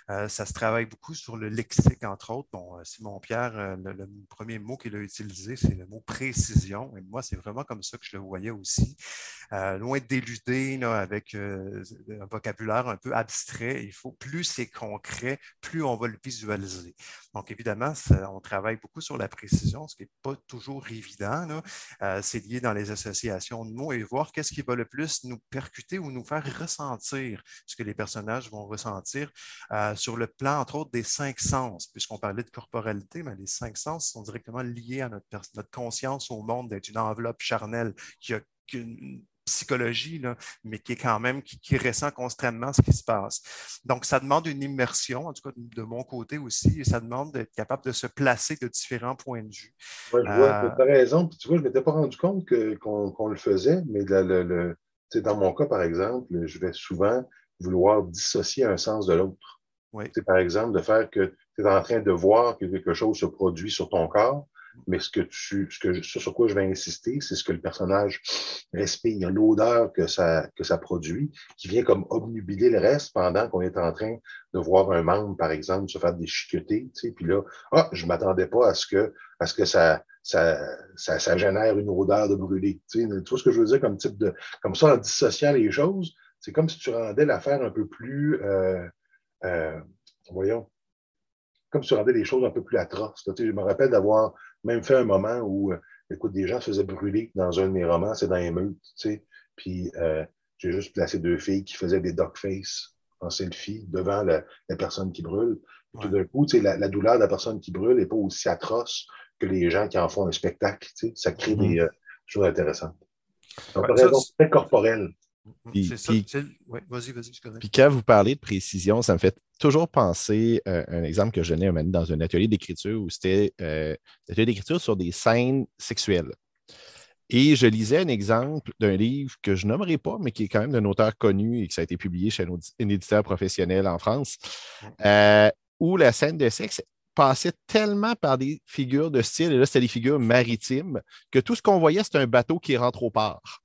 Euh, ça se travaille beaucoup sur le lexique, entre autres. Bon, Simon-Pierre, euh, le, le premier mot qu'il a utilisé, c'est le mot précision. Et moi, c'est vraiment comme ça que je le voyais aussi. Euh, loin de d'éluder là, avec euh, un vocabulaire un peu abstrait, il faut plus c'est concret, plus on va le visualiser. Donc, évidemment, ça, on travaille beaucoup sur la précision, ce qui n'est pas toujours évident. Là. Euh, c'est lié dans les associations de mots et voir qu'est-ce qui va le plus nous percuter ou nous faire ressentir ce que les personnages vont ressentir euh, sur le plan, entre autres, des cinq sens. Puisqu'on parlait de corporalité, mais les cinq sens sont directement liés à notre, notre conscience au monde d'être une enveloppe charnelle qui a une psychologie, là, mais qui est quand même, qui, qui ressent constamment ce qui se passe. Donc, ça demande une immersion, en tout cas de mon côté aussi, et ça demande d'être capable de se placer de différents points de vue. Ouais, je vois, euh, tu as raison. Puis, tu vois, je ne m'étais pas rendu compte que, qu'on, qu'on le faisait, mais le, le, le, dans mon cas, par exemple, je vais souvent vouloir dissocier un sens de l'autre. Oui. Par exemple, de faire que tu es en train de voir que quelque chose se produit sur ton corps, mais ce que tu, ce que, ce sur quoi je vais insister, c'est ce que le personnage respire, l'odeur que ça, que ça produit, qui vient comme obnubiler le reste pendant qu'on est en train de voir un membre, par exemple, se faire déchiqueter, tu sais, puis là, ah, je m'attendais pas à ce que, à ce que ça, ça, ça, ça génère une odeur de brûlé. Tu sais, tu vois ce que je veux dire comme type de, comme ça, en dissociant les choses, c'est comme si tu rendais l'affaire un peu plus, euh, euh, voyons, comme si tu rendais les choses un peu plus atroces. Tu sais, je me rappelle d'avoir même fait un moment où, euh, écoute, des gens se faisaient brûler dans un de mes romans, c'est dans les meutes, tu sais, puis euh, j'ai juste placé deux filles qui faisaient des duckface en selfie devant la, la personne qui brûle. Ouais. Tout d'un coup, tu sais, la, la douleur de la personne qui brûle n'est pas aussi atroce que les gens qui en font un spectacle, tu sais, ça crée mm-hmm. des euh, choses intéressantes. Donc, ouais, raison, c'est très corporel. Puis, c'est ça. Puis, c'est... Ouais, vas-y, vas-y, je connais. Puis quand vous parlez de précision, ça me fait toujours penser à un exemple que je donnais un moment dans un atelier d'écriture où c'était euh, un atelier d'écriture sur des scènes sexuelles. Et je lisais un exemple d'un livre que je nommerai pas, mais qui est quand même d'un auteur connu et que ça a été publié chez un, audi- un éditeur professionnel en France, euh, où la scène de sexe passait tellement par des figures de style, et là, c'était des figures maritimes, que tout ce qu'on voyait, c'était un bateau qui rentre au port.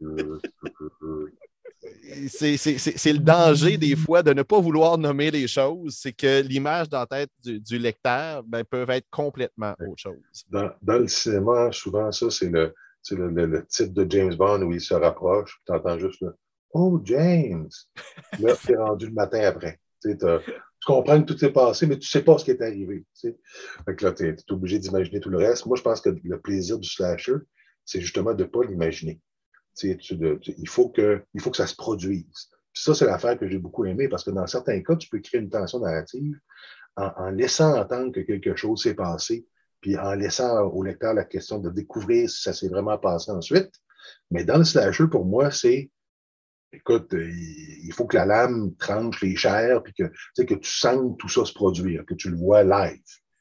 C'est, c'est, c'est, c'est le danger des fois de ne pas vouloir nommer les choses, c'est que l'image dans la tête du, du lecteur ben, peut être complètement autre chose. Dans, dans le cinéma, souvent, ça, c'est le, c'est le, le, le titre de James Bond où il se rapproche, tu entends juste le « Oh, James! » Là, tu es rendu le matin après. Tu comprends que tout s'est passé, mais tu ne sais pas ce qui est arrivé. T'sais. Fait que là, tu es obligé d'imaginer tout le reste. Moi, je pense que le plaisir du slasher, c'est justement de ne pas l'imaginer. Tu, tu, tu, il, faut que, il faut que ça se produise. Puis ça, c'est l'affaire que j'ai beaucoup aimée parce que dans certains cas, tu peux créer une tension narrative en, en laissant entendre que quelque chose s'est passé, puis en laissant au lecteur la question de découvrir si ça s'est vraiment passé ensuite. Mais dans le slasher, pour moi, c'est, écoute, il faut que la lame tranche les chairs, puis que, tu sais, que tu sentes tout ça se produire, que tu le vois live.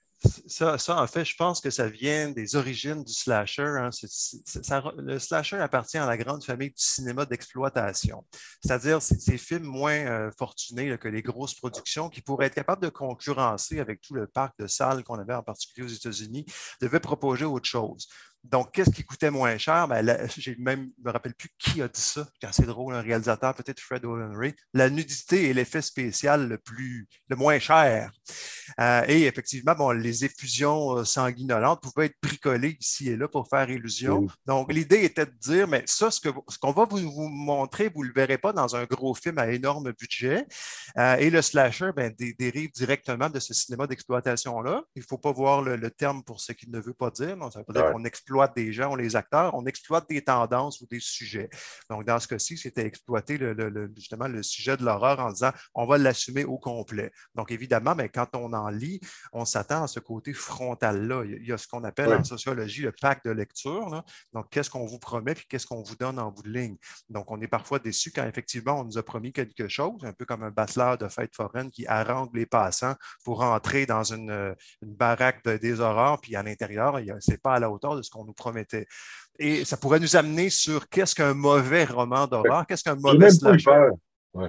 Ça, ça, en fait, je pense que ça vient des origines du slasher. Hein. C'est, c'est, ça, le slasher appartient à la grande famille du cinéma d'exploitation. C'est-à-dire ces, ces films moins euh, fortunés là, que les grosses productions qui pourraient être capables de concurrencer avec tout le parc de salles qu'on avait en particulier aux États-Unis, devaient proposer autre chose. Donc, qu'est-ce qui coûtait moins cher? Ben, là, j'ai même, je ne me rappelle plus qui a dit ça. C'est assez drôle, un réalisateur, peut-être Fred O'Henry. La nudité est l'effet spécial le plus, le moins cher. Euh, et effectivement, bon, les effusions sanguinolentes pouvaient être bricolées ici et là pour faire illusion. Donc, l'idée était de dire, mais ça, ce, que, ce qu'on va vous, vous montrer, vous ne le verrez pas dans un gros film à énorme budget. Euh, et le slasher, ben, dé, dérive directement de ce cinéma d'exploitation-là. Il ne faut pas voir le, le terme pour ce qu'il ne veut pas dire. Donc, ça veut dire ouais. qu'on exploite des gens, on les acteurs, on exploite des tendances ou des sujets. Donc, dans ce cas-ci, c'était exploiter le, le, le, justement le sujet de l'horreur en disant on va l'assumer au complet. Donc, évidemment, mais quand on en lit, on s'attend à ce côté frontal-là. Il y a ce qu'on appelle oui. en sociologie le pacte de lecture. Là. Donc, qu'est-ce qu'on vous promet puis qu'est-ce qu'on vous donne en bout de ligne. Donc, on est parfois déçu quand effectivement on nous a promis quelque chose, un peu comme un battleur de fête foraine qui harangue les passants pour entrer dans une, une baraque de, des horreurs, puis à l'intérieur, ce n'est pas à la hauteur de ce qu'on nous promettait. Et ça pourrait nous amener sur qu'est-ce qu'un mauvais roman d'horreur, qu'est-ce qu'un mauvais slasher. Ouais.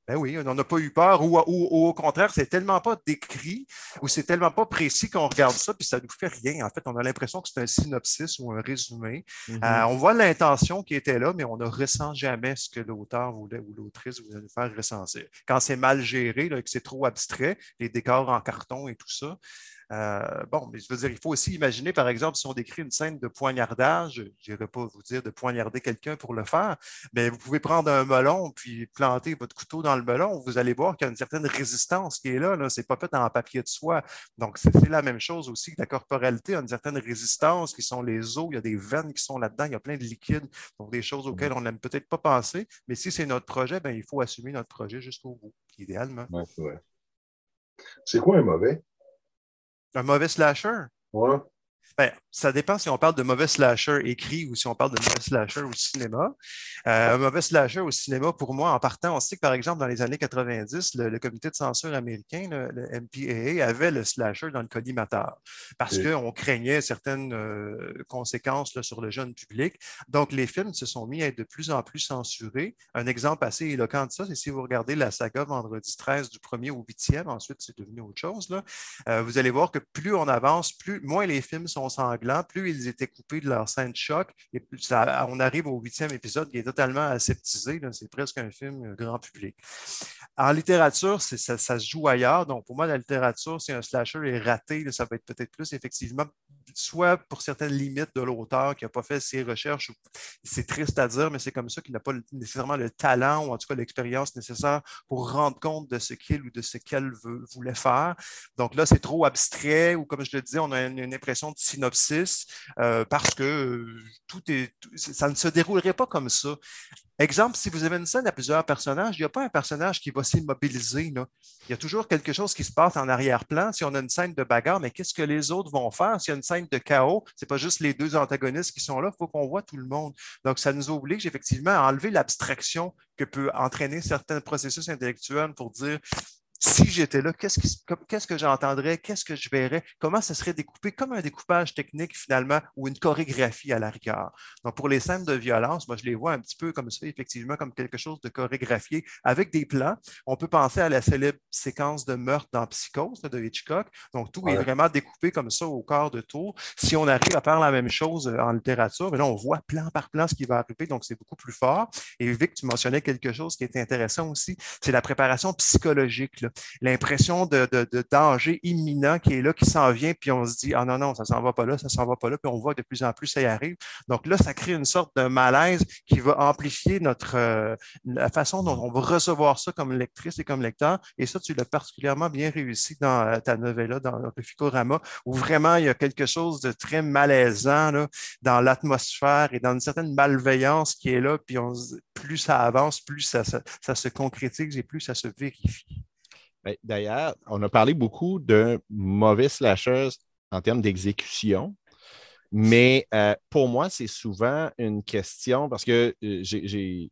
Ben oui, on n'a pas eu peur, ou, ou, ou au contraire, c'est tellement pas décrit, ou c'est tellement pas précis qu'on regarde ça, puis ça nous fait rien. En fait, on a l'impression que c'est un synopsis ou un résumé. Mm-hmm. Euh, on voit l'intention qui était là, mais on ne ressent jamais ce que l'auteur voulait ou l'autrice voulait nous faire ressentir. Quand c'est mal géré, là, que c'est trop abstrait, les décors en carton et tout ça. Euh, bon, mais je veux dire, il faut aussi imaginer, par exemple, si on décrit une scène de poignardage, je n'irai pas vous dire de poignarder quelqu'un pour le faire, mais vous pouvez prendre un melon puis planter votre couteau dans le melon, vous allez voir qu'il y a une certaine résistance qui est là. là. Ce n'est pas fait en papier de soie. Donc, c'est la même chose aussi que la corporalité a une certaine résistance qui sont les os, il y a des veines qui sont là-dedans, il y a plein de liquides, donc des choses auxquelles on n'aime peut-être pas penser, mais si c'est notre projet, ben, il faut assumer notre projet jusqu'au bout, idéalement. Ouais, ouais. C'est quoi un mauvais? Un mauvais slasher? Ouais. Ben, ça dépend si on parle de mauvais slasher écrit ou si on parle de mauvais slasher au cinéma. Euh, un mauvais slasher au cinéma, pour moi, en partant, on sait que, par exemple, dans les années quatre-vingt-dix, le, le comité de censure américain, le, le M P A A, avait le slasher dans le collimateur parce Oui. qu'on craignait certaines euh, conséquences là, sur le jeune public. Donc, les films se sont mis à être de plus en plus censurés. Un exemple assez éloquent de ça, c'est si vous regardez la saga Vendredi treize du premier au huitième, ensuite, c'est devenu autre chose, là, euh, vous allez voir que plus on avance, plus moins les films sont sanglants, plus ils étaient coupés de leur scène de choc. Et plus ça, on arrive au huitième épisode qui est totalement aseptisé. Là, c'est presque un film grand public. En littérature, c'est, ça, ça se joue ailleurs. Donc, pour moi, la littérature, si un slasher est raté, là, ça va être peut-être plus effectivement, soit pour certaines limites de l'auteur qui n'a pas fait ses recherches. C'est triste à dire, mais c'est comme ça qu'il n'a pas nécessairement le talent ou en tout cas l'expérience nécessaire pour rendre compte de ce qu'il ou de ce qu'elle veut, voulait faire. Donc là, c'est trop abstrait ou comme je le disais, on a une, une impression de synopsis euh, parce que euh, tout est, tout, ça ne se déroulerait pas comme ça. Exemple, si vous avez une scène à plusieurs personnages, il n'y a pas un personnage qui va s'immobiliser. Là. Il y a toujours quelque chose qui se passe en arrière-plan. Si on a une scène de bagarre, mais qu'est-ce que les autres vont faire? S'il y a une scène de chaos, ce n'est pas juste les deux antagonistes qui sont là, il faut qu'on voit tout le monde. Donc, ça nous oblige effectivement à enlever l'abstraction que peut entraîner certains processus intellectuels pour dire si j'étais là, qu'est-ce, qui, qu'est-ce que j'entendrais, qu'est-ce que je verrais, comment ça serait découpé, comme un découpage technique finalement ou une chorégraphie à la rigueur. Donc, pour les scènes de violence, moi, je les vois un petit peu comme ça, effectivement, comme quelque chose de chorégraphié avec des plans. On peut penser à la célèbre séquence de meurtre dans Psychose là, de Hitchcock. Donc, tout ouais. est vraiment découpé comme ça au quart de tour. Si on arrive à faire la même chose en littérature, mais là, on voit plan par plan ce qui va arriver, donc c'est beaucoup plus fort. Et Vic, tu mentionnais quelque chose qui est intéressant aussi, c'est la préparation psychologique. Là. L'impression de, de, de danger imminent qui est là, qui s'en vient, puis on se dit « Ah non, non, ça s'en va pas là, ça s'en va pas là », puis on voit que de plus en plus ça y arrive. Donc là, ça crée une sorte de malaise qui va amplifier notre euh, la façon dont on va recevoir ça comme lectrice et comme lecteur. Et ça, tu l'as particulièrement bien réussi dans euh, ta novella, dans le Fickorama, où vraiment il y a quelque chose de très malaisant là, dans l'atmosphère et dans une certaine malveillance qui est là, puis on, plus ça avance, plus ça, ça, ça se concrétise et plus ça se vérifie. D'ailleurs, on a parlé beaucoup de mauvais slashers en termes d'exécution, mais euh, pour moi, c'est souvent une question, parce que euh, j'ai, j'ai...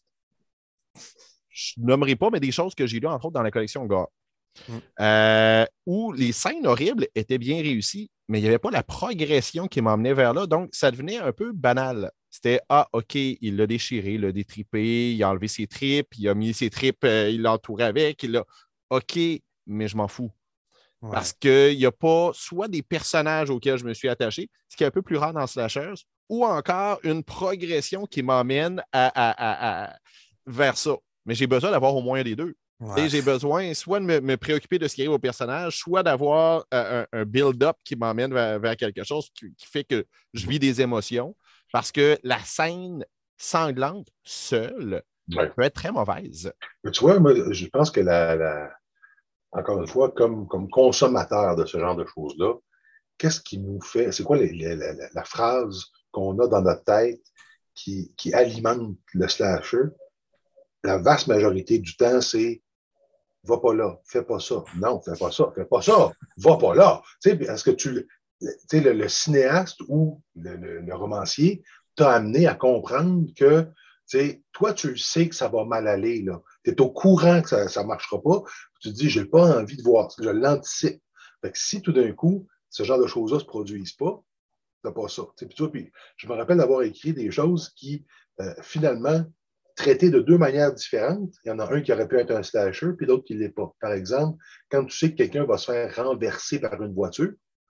je ne nommerai pas, mais des choses que j'ai lues, entre autres, dans la collection Gore, mm. euh, où les scènes horribles étaient bien réussies, mais il n'y avait pas la progression qui m'emmenait vers là, donc ça devenait un peu banal. C'était « Ah, OK, il l'a déchiré, il l'a détripé, il a enlevé ses tripes, il a mis ses tripes, euh, il l'a entouré avec, il l'a... OK, mais je m'en fous. Ouais. Parce qu'il n'y a pas soit des personnages auxquels je me suis attaché, ce qui est un peu plus rare dans Slashers, ou encore une progression qui m'emmène à, à, à, à, vers ça. Mais j'ai besoin d'avoir au moins un des deux. Ouais. Et j'ai besoin soit de me, me préoccuper de ce qui arrive au personnage, soit d'avoir un, un build-up qui m'emmène vers, vers quelque chose qui, qui fait que je vis des émotions. Parce que la scène sanglante, seule, ouais. peut être très mauvaise. Mais tu vois, moi, je pense que la, la... encore une fois, comme, comme consommateur de ce genre de choses-là, qu'est-ce qui nous fait, c'est quoi les, les, la, la phrase qu'on a dans notre tête qui, qui alimente le slasher? La vaste majorité du temps, c'est « va pas là, fais pas ça, non, fais pas ça, fais pas ça, va pas là ». Tu sais, est-ce que tu, tu sais, le, le cinéaste ou le, le, le romancier t'a amené à comprendre que t'sais, toi, tu le sais que ça va mal aller. Tu es au courant que ça ne marchera pas. Tu te dis, je n'ai pas envie de voir ça. Je l'anticipe. Fait que si tout d'un coup, ce genre de choses-là ne se produisent pas, tu n'as pas ça. Puis, toi, puis, je me rappelle d'avoir écrit des choses qui, euh, finalement, traité de deux manières différentes. Il y en a un qui aurait pu être un slasher, puis l'autre qui ne l'est pas. Par exemple, quand tu sais que quelqu'un va se faire renverser par une voiture,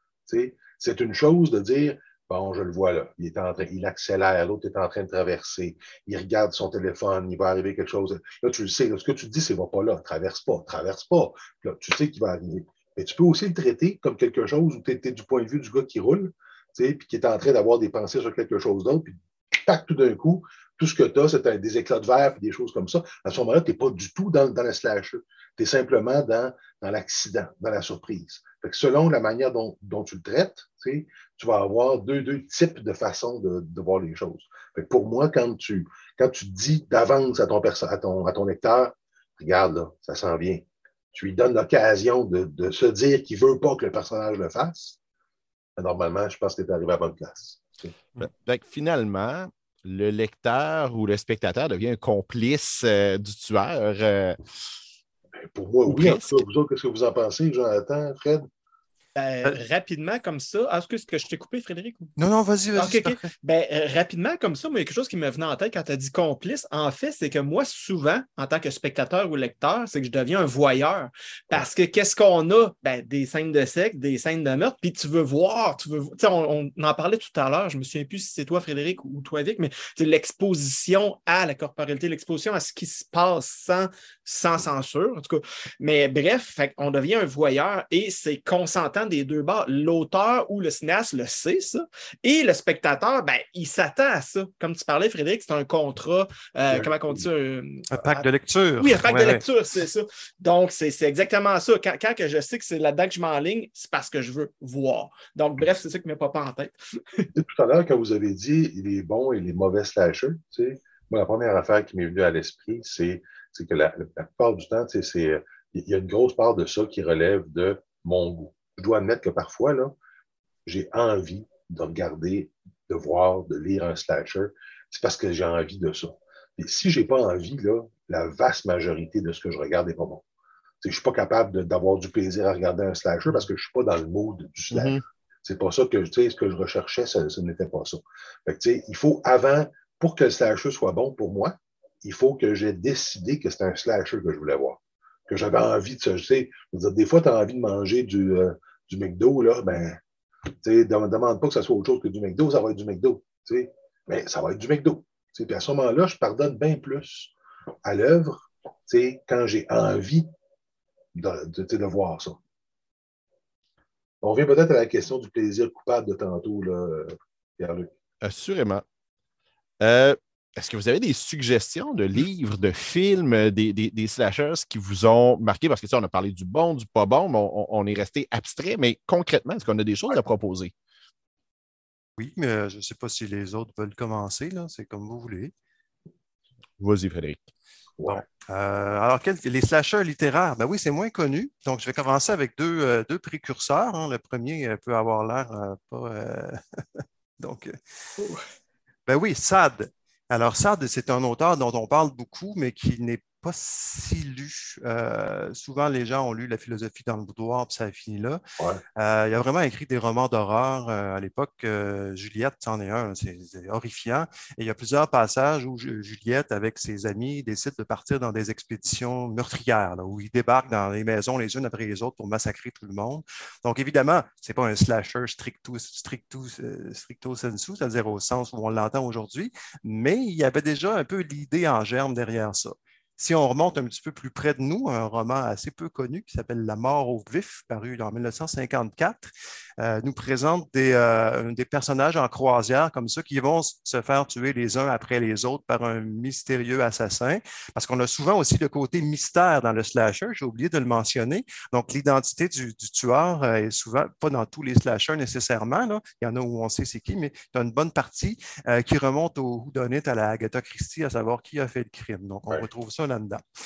c'est une chose de dire, bon, je le vois là, il est en train, il accélère, l'autre est en train de traverser, il regarde son téléphone, il va arriver quelque chose. Là, tu le sais, là, ce que tu te dis, c'est va pas là, traverse pas, traverse pas. Là, tu sais qu'il va arriver. Mais tu peux aussi le traiter comme quelque chose où tu es, du point de vue du gars qui roule, puis qui est en train d'avoir des pensées sur quelque chose d'autre, puis tac, tout d'un coup, tout ce que tu as, c'est un, des éclats de verre et des choses comme ça. À ce moment-là, tu n'es pas du tout dans, dans le slasher. Tu es simplement dans, dans l'accident, dans la surprise. Fait que selon la manière dont, dont tu le traites, tu vas avoir deux, deux types de façons de, de voir les choses. Fait que pour moi, quand tu, quand tu dis d'avance à ton, à, ton, à ton lecteur, regarde, là, ça s'en vient. Tu lui donnes l'occasion de, de se dire qu'il ne veut pas que le personnage le fasse. Normalement, je pense que tu es arrivé à la bonne place. Donc, finalement, le lecteur ou le spectateur devient un complice euh, du tueur. Euh, Pour moi, oui. En tout cas, vous autres, qu'est-ce que vous en pensez, Jonathan, Fred? Ben, euh, rapidement comme ça. Ah, est-ce que, que je t'ai coupé, Frédéric? Non, non, vas-y, vas-y. Okay, okay. Ben, euh, rapidement comme ça, moi, il y a quelque chose qui me venait en tête quand tu as dit complice. En fait, c'est que moi, souvent, en tant que spectateur ou lecteur, c'est que je deviens un voyeur. Parce que qu'est-ce qu'on a? Ben, des scènes de sexe, des scènes de meurtre, puis tu veux voir, tu veux. On, on en parlait tout à l'heure, je me souviens plus si c'est toi, Frédéric, ou toi, Vic, mais l'exposition à la corporalité, l'exposition à ce qui se passe sans, sans censure, en tout cas. Mais bref, fait, on devient un voyeur et c'est consentant des deux bords. L'auteur ou le cinéaste le sait, ça. Et le spectateur, ben, il s'attend à ça. Comme tu parlais, Frédéric, c'est un contrat, euh, comment on dit? Un, un pacte de lecture. Oui, un pacte ouais, de lecture, ouais. C'est ça. Donc, c'est exactement ça. Quand, quand que je sais que c'est là-dedans que je m'enligne, c'est parce que je veux voir. Donc, bref, c'est ça qui ne me pas en tête. Tout à l'heure, quand vous avez dit les bons et les mauvais slashers, tu sais, moi, la première affaire qui m'est venue à l'esprit, c'est que la, la plupart du temps, il y a une grosse part de ça qui relève de mon goût. Je dois admettre que parfois, là, j'ai envie de regarder, de voir, de lire un slasher. C'est parce que j'ai envie de ça. Et si j'ai pas envie, là, la vaste majorité de ce que je regarde n'est pas bon. T'sais, je suis pas capable d'avoir du plaisir à regarder un slasher parce que je suis pas dans le mood du slasher. Mm-hmm. C'est pas ça que, tu sais, ce que je recherchais, ce, ce n'était pas ça. Fait que, tu sais, il faut avant, pour que le slasher soit bon pour moi, il faut que j'ai décidé que c'était un slasher que je voulais voir. Que j'avais envie de ça. Tu sais, je veux dire, des fois, tu as envie de manger du, euh, du McDo, là, ben, tu sais, ne demande pas que ça soit autre chose que du McDo, ça va être du McDo. Tu sais, mais ça va être du McDo. Tu sais, puis à ce moment-là, je pardonne bien plus à l'œuvre, tu sais, quand j'ai envie de, de, de voir ça. On revient peut-être à la question du plaisir coupable de tantôt, là, Pierre-Luc. Assurément. Euh, Est-ce que vous avez des suggestions de livres, de films, des, des, des slashers qui vous ont marqué? Parce que ça, on a parlé du bon, du pas bon, mais on, on est resté abstrait. Mais concrètement, est-ce qu'on a des choses à proposer? Oui, mais je ne sais pas si les autres veulent commencer. C'est comme vous voulez. Vas-y, Frédéric. Bon. Euh, alors, quel, les slashers littéraires, ben oui, c'est moins connu. Donc, je vais commencer avec deux, euh, deux précurseurs. Hein. Le premier euh, peut avoir l'air euh, pas. Euh... Donc, euh... ben oui, Sade. Alors, Sade, c'est un auteur dont on parle beaucoup, mais qui n'est pas si lu. Euh, souvent, les gens ont lu La philosophie dans le boudoir, puis ça a fini là. Ouais. Euh, il a vraiment écrit des romans d'horreur euh, à l'époque. Euh, Juliette, c'en est un, c'est horrifiant. Et il y a plusieurs passages où Juliette, avec ses amis, décide de partir dans des expéditions meurtrières, là, où ils débarquent dans les maisons les unes après les autres pour massacrer tout le monde. Donc, évidemment, ce n'est pas un slasher stricto, stricto, stricto sensu, c'est-à-dire au sens où on l'entend aujourd'hui, mais il y avait déjà un peu l'idée en germe derrière ça. Si on remonte un petit peu plus près de nous, un roman assez peu connu qui s'appelle La mort au vif, paru en mille neuf cent cinquante-quatre, euh, nous présente des, euh, des personnages en croisière comme ça qui vont se faire tuer les uns après les autres par un mystérieux assassin. Parce qu'on a souvent aussi le côté mystère dans le slasher, j'ai oublié de le mentionner. Donc, l'identité du, du tueur est souvent, pas dans tous les slashers nécessairement, là. Il y en a où on sait c'est qui, mais il y a une bonne partie euh, qui remonte au whodunit à la Agatha Christie, à savoir qui a fait le crime. Donc, on ouais. retrouve ça là-dedans.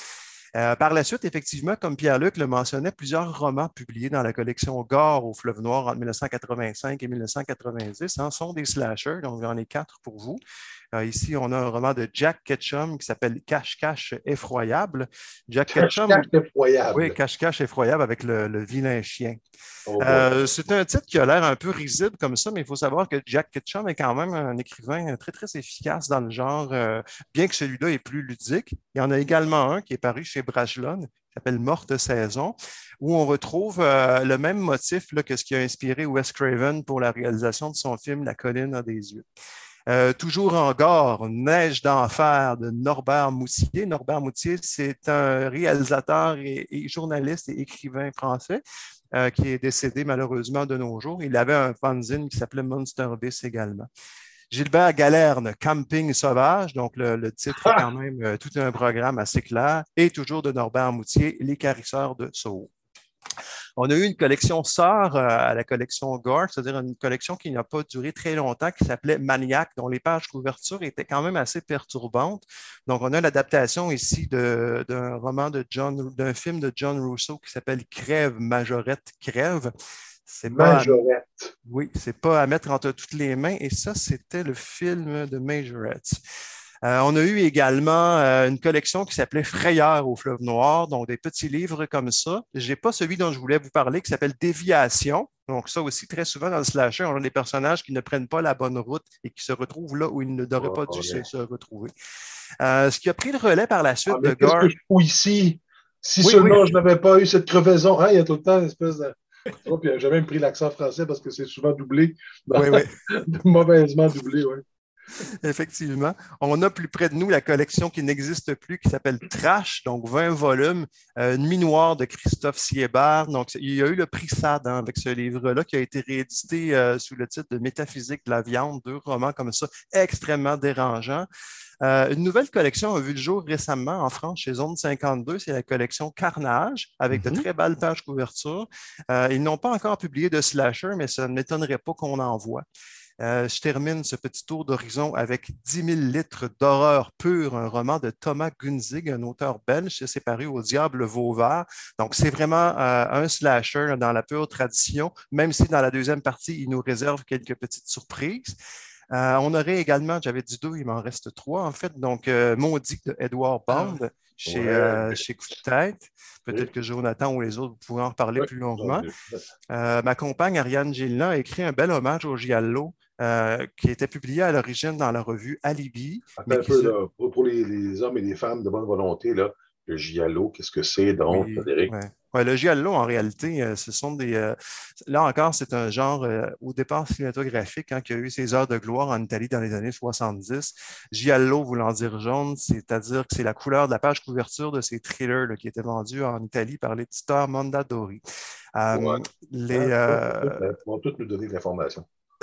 Euh, par la suite, effectivement, comme Pierre-Luc le mentionnait, plusieurs romans publiés dans la collection Gore au Fleuve Noir entre mille neuf cent quatre-vingt-cinq et mille neuf cent quatre-vingt-dix hein, sont des slashers, donc j'en ai quatre pour vous. Euh, ici, on a un roman de Jack Ketchum qui s'appelle Cache-Cache effroyable. Jack Ketchum, Cache-cache effroyable. oui, Cache-Cache effroyable avec le, le vilain chien. Oh, Euh, c'est un titre qui a l'air un peu risible comme ça, mais il faut savoir que Jack Ketchum est quand même un écrivain très, très efficace dans le genre, euh, bien que celui-là est plus ludique. Il y en a également un qui est paru chez Brajlon, qui s'appelle Morte saison, où on retrouve euh, le même motif là, que ce qui a inspiré Wes Craven pour la réalisation de son film La colline a des yeux. Euh, toujours en Gore, Neige d'enfer de Norbert Moutier. Norbert Moutier, c'est un réalisateur et, et journaliste et écrivain français euh, qui est décédé malheureusement de nos jours. Il avait un fanzine qui s'appelait Monster Beast également. Gilbert Galerne, Camping sauvage, donc le, le titre est quand même euh, tout un programme assez clair. Et toujours de Norbert Moutier, Les Carisseurs de Soho. On a eu une collection sœur euh, à la collection Gore, c'est-à-dire une collection qui n'a pas duré très longtemps, qui s'appelait Maniac, dont les pages couverture étaient quand même assez perturbantes. Donc, on a l'adaptation ici de, d'un roman de John, d'un film de John Russo qui s'appelle Crève, Majorette, Crève. C'est Majorette. Pas à, oui, c'est pas à mettre entre toutes les mains. Et ça, c'était le film de Majorette. Euh, on a eu également euh, une collection qui s'appelait Frayeur au Fleuve Noir, donc des petits livres comme ça. Je n'ai pas celui dont je voulais vous parler, qui s'appelle Déviation. Donc ça aussi, très souvent dans le slasher, on a des personnages qui ne prennent pas la bonne route et qui se retrouvent là où ils ne devraient pas Oh, dû ouais. se, se retrouver. Euh, ce qui a pris le relais par la suite Ah, mais de qu'est-ce Gore... que je fous ici? Si Oui, seulement oui. je n'avais pas eu cette crevaison. Hein, il y a tout le temps une espèce de... Oh, puis j'ai même pris l'accent français parce que c'est souvent doublé. Oui, oui. Mauvaisement doublé, oui. Effectivement. On a plus près de nous la collection qui n'existe plus, qui s'appelle Trash, donc vingt volumes, euh, Nuit noire de Christophe Siebert. Donc, il y a eu le prix S A D hein, avec ce livre-là qui a été réédité euh, sous le titre de Métaphysique de la viande, deux romans comme ça, extrêmement dérangeants. Euh, une nouvelle collection a vu le jour récemment en France chez Zone cinquante-deux, c'est la collection Carnage, avec Mm-hmm. de très belles pages couverture. Euh, ils n'ont pas encore publié de slasher, mais ça ne m'étonnerait pas qu'on en voit. Euh, je termine ce petit tour d'horizon avec dix mille litres d'horreur pure, un roman de Thomas Gunzig, un auteur belge, c'est séparé au Diable Vauvert. Donc, c'est vraiment euh, un slasher dans la pure tradition, même si dans la deuxième partie, il nous réserve quelques petites surprises. Euh, on aurait également, j'avais dit deux, il m'en reste trois en fait, donc euh, Maudit de Edward Bond. Ah. Chez, ouais. euh, chez Coup de tête. Peut-être oui. que Jonathan ou les autres, vous pourrez en reparler oui. plus longuement. Euh, ma compagne Ariane Gélina a écrit un bel hommage au Giallo euh, qui était publié à l'origine dans la revue Alibi. Attends un peu, se... là, pour, pour les, les hommes et les femmes de bonne volonté, là, le Giallo, qu'est-ce que c'est donc, oui, Frédéric? Ouais. Ouais, le Giallo, en réalité, euh, ce sont des... Euh, là encore, c'est un genre, euh, au départ cinématographique, hein, qui a eu ses heures de gloire en Italie dans les années soixante-dix. Giallo voulant dire jaune, c'est-à-dire que c'est la couleur de la page couverture de ces thrillers là, qui étaient vendus en Italie par l'éditeur Mondadori. Euh, ouais. les, euh... Ils vont tous nous donner de l'information.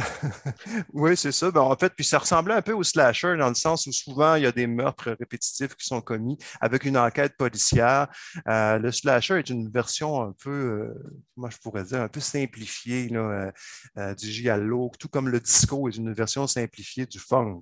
Oui, c'est ça. Ben, en fait, puis ça ressemblait un peu au slasher dans le sens où souvent il y a des meurtres répétitifs qui sont commis avec une enquête policière. Euh, le slasher est une version un peu, euh, moi je pourrais dire, un peu simplifiée là, euh, euh, du giallo, tout comme le disco est une version simplifiée du funk.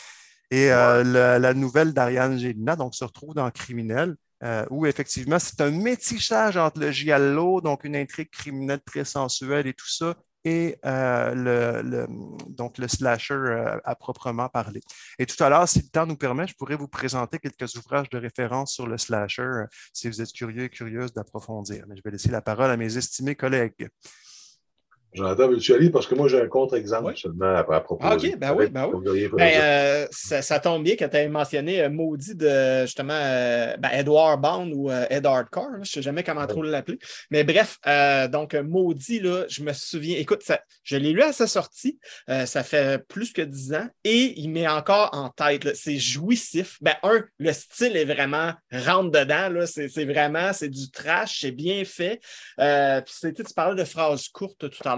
Et euh, la, la nouvelle d'Ariane Gélina donc, se retrouve dans Criminel. Euh, où effectivement c'est un métissage entre le giallo, donc une intrigue criminelle très sensuelle et tout ça, et euh, le, le, donc le slasher euh, à proprement parler. Et tout à l'heure, si le temps nous permet, je pourrais vous présenter quelques ouvrages de référence sur le slasher, euh, si vous êtes curieux et curieuse d'approfondir. Mais je vais laisser la parole à mes estimés collègues. Jonathan, veux-tu aller? Parce que moi, j'ai un contre-exemple oui. seulement à, à proposer. Ah, OK, ben oui, ben oui. Ben, euh, ça, ça tombe bien que tu aies mentionné euh, Maudit de, justement, euh, ben, Edward Bond ou euh, Ed Hardcore, là, je ne sais jamais comment ouais. trop l'appeler. Mais bref, euh, donc, Maudit, là, je me souviens, écoute, ça, je l'ai lu à sa sortie, euh, ça fait plus que dix ans, et il m'est encore en tête, là, c'est jouissif. Ben, un, le style est vraiment rentre dedans, là, c'est, c'est vraiment, c'est du trash, c'est bien fait. Euh, puis, tu parlais de phrases courtes tout à l'heure.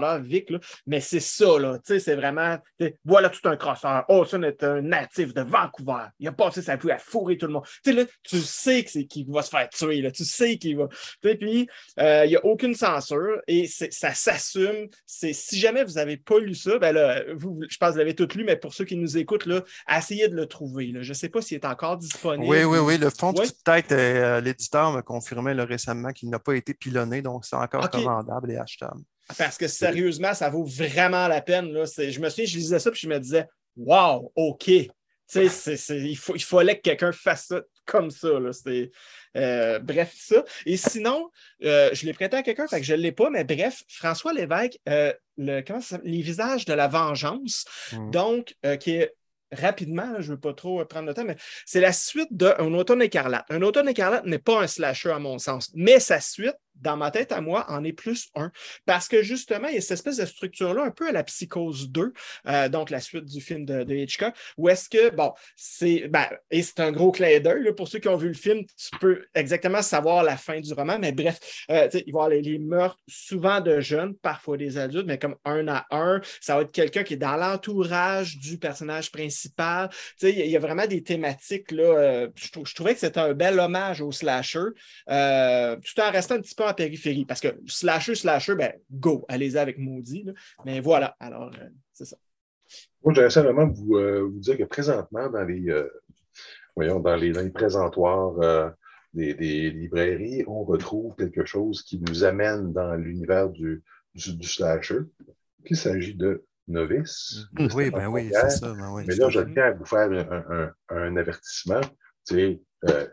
grandeur, Vic, là, mais c'est ça, là. Tu sais, c'est vraiment. Voilà tout un crosseur. Oh, ça, c'est un natif de Vancouver. Il a passé sa pluie à fourrer tout le monde. Tu sais, là, tu sais que c'est qu'il va se faire tuer, là. Tu sais qu'il va. Tu sais, puis, euh, il n'y a aucune censure et ça s'assume. Si jamais vous n'avez pas lu ça, ben là, vous, je pense que vous l'avez tout lu, mais pour ceux qui nous écoutent, là, essayez de le trouver. Là. Je ne sais pas s'il est encore disponible. Oui, oui, oui. Le fond de ouais. petite tête, euh, l'éditeur me confirmait là, récemment qu'il n'a pas été pilonné, donc c'est encore okay. commandable et achetable. Parce que sérieusement, ça vaut vraiment la peine. Là. Je me souviens, je lisais ça et je me disais, wow, OK. C'est, c'est, il, faut, il fallait que quelqu'un fasse ça comme ça. Là. Euh, bref, ça. Et sinon, euh, je l'ai prêté à quelqu'un, fait que je ne l'ai pas, mais bref, François Lévesque, euh, le, comment ça, Les visages de la vengeance, mm. donc, euh, qui est rapidement, je ne veux pas trop prendre le temps, mais c'est la suite d'un Automne écarlate. Un Automne écarlate n'est pas un slasher à mon sens, mais sa suite, dans ma tête à moi, en est plus un. Parce que justement, il y a cette espèce de structure-là, un peu à la Psychose deux, euh, donc la suite du film de, de Hitchcock, où est-ce que, bon, c'est, ben, et c'est un gros clin d'œil, pour ceux qui ont vu le film, tu peux exactement savoir la fin du roman, mais bref, euh, il va y avoir les, les meurtres, souvent de jeunes, parfois des adultes, mais comme un à un, ça va être quelqu'un qui est dans l'entourage du personnage principal. Il y, y a vraiment des thématiques, là, euh, je, je trouvais que c'était un bel hommage au slasher, euh, tout en restant un petit peu en périphérie, parce que slasher, slasher, ben, go, allez-y avec maudit. Là. Mais voilà, alors, euh, c'est ça. Moi, j'aimerais simplement vous, euh, vous dire que présentement, dans les, euh, voyons, dans les, dans les présentoirs euh, des, des librairies, on retrouve quelque chose qui nous amène dans l'univers du, du, du slasher. Il s'agit de Novice. Mmh. Oui, ben oui, c'est ça. Ben oui, mais là, je tiens à vous faire un, un, un avertissement. C'est, euh,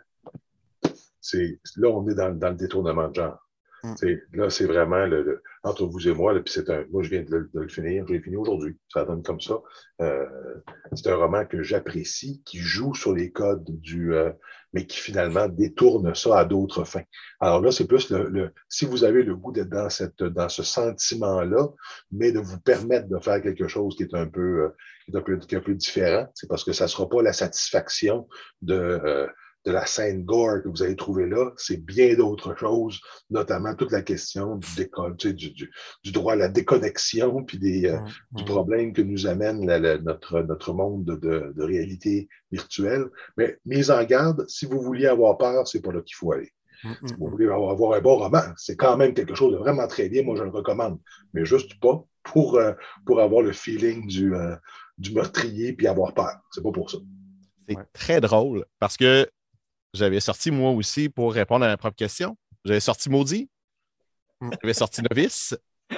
c'est, là, on est dans, dans le détournement de genre. Mm. Là, c'est vraiment le, le, entre vous et moi, là, puis c'est un, moi, je viens de le, de le finir, je l'ai fini aujourd'hui, ça donne comme ça. Euh, c'est un roman que j'apprécie, qui joue sur les codes du, euh, mais qui finalement détourne ça à d'autres fins. Alors là, c'est plus le, le si vous avez le goût d'être dans cette, dans ce sentiment-là, mais de vous permettre de faire quelque chose qui est un peu, euh, qui est un peu, qui est un peu différent, c'est parce que ça sera pas la satisfaction de, euh, de la scène gore que vous allez trouver là, c'est bien d'autres choses, notamment toute la question du, déco- tu sais, du, du, du droit à la déconnexion, puis des, euh, mmh. du problème que nous amène la, la, notre, notre monde de, de, de réalité virtuelle. Mais mise en garde, si vous vouliez avoir peur, c'est pas là qu'il faut aller. Mmh. Si vous voulez avoir, avoir un bon roman, c'est quand même quelque chose de vraiment très bien, moi je le recommande, mais juste pas pour, euh, pour avoir le feeling du, euh, du meurtrier puis avoir peur. C'est pas pour ça. C'est ouais. très drôle, parce que j'avais sorti moi aussi pour répondre à ma propre question. J'avais sorti Maudit. J'avais sorti Novice.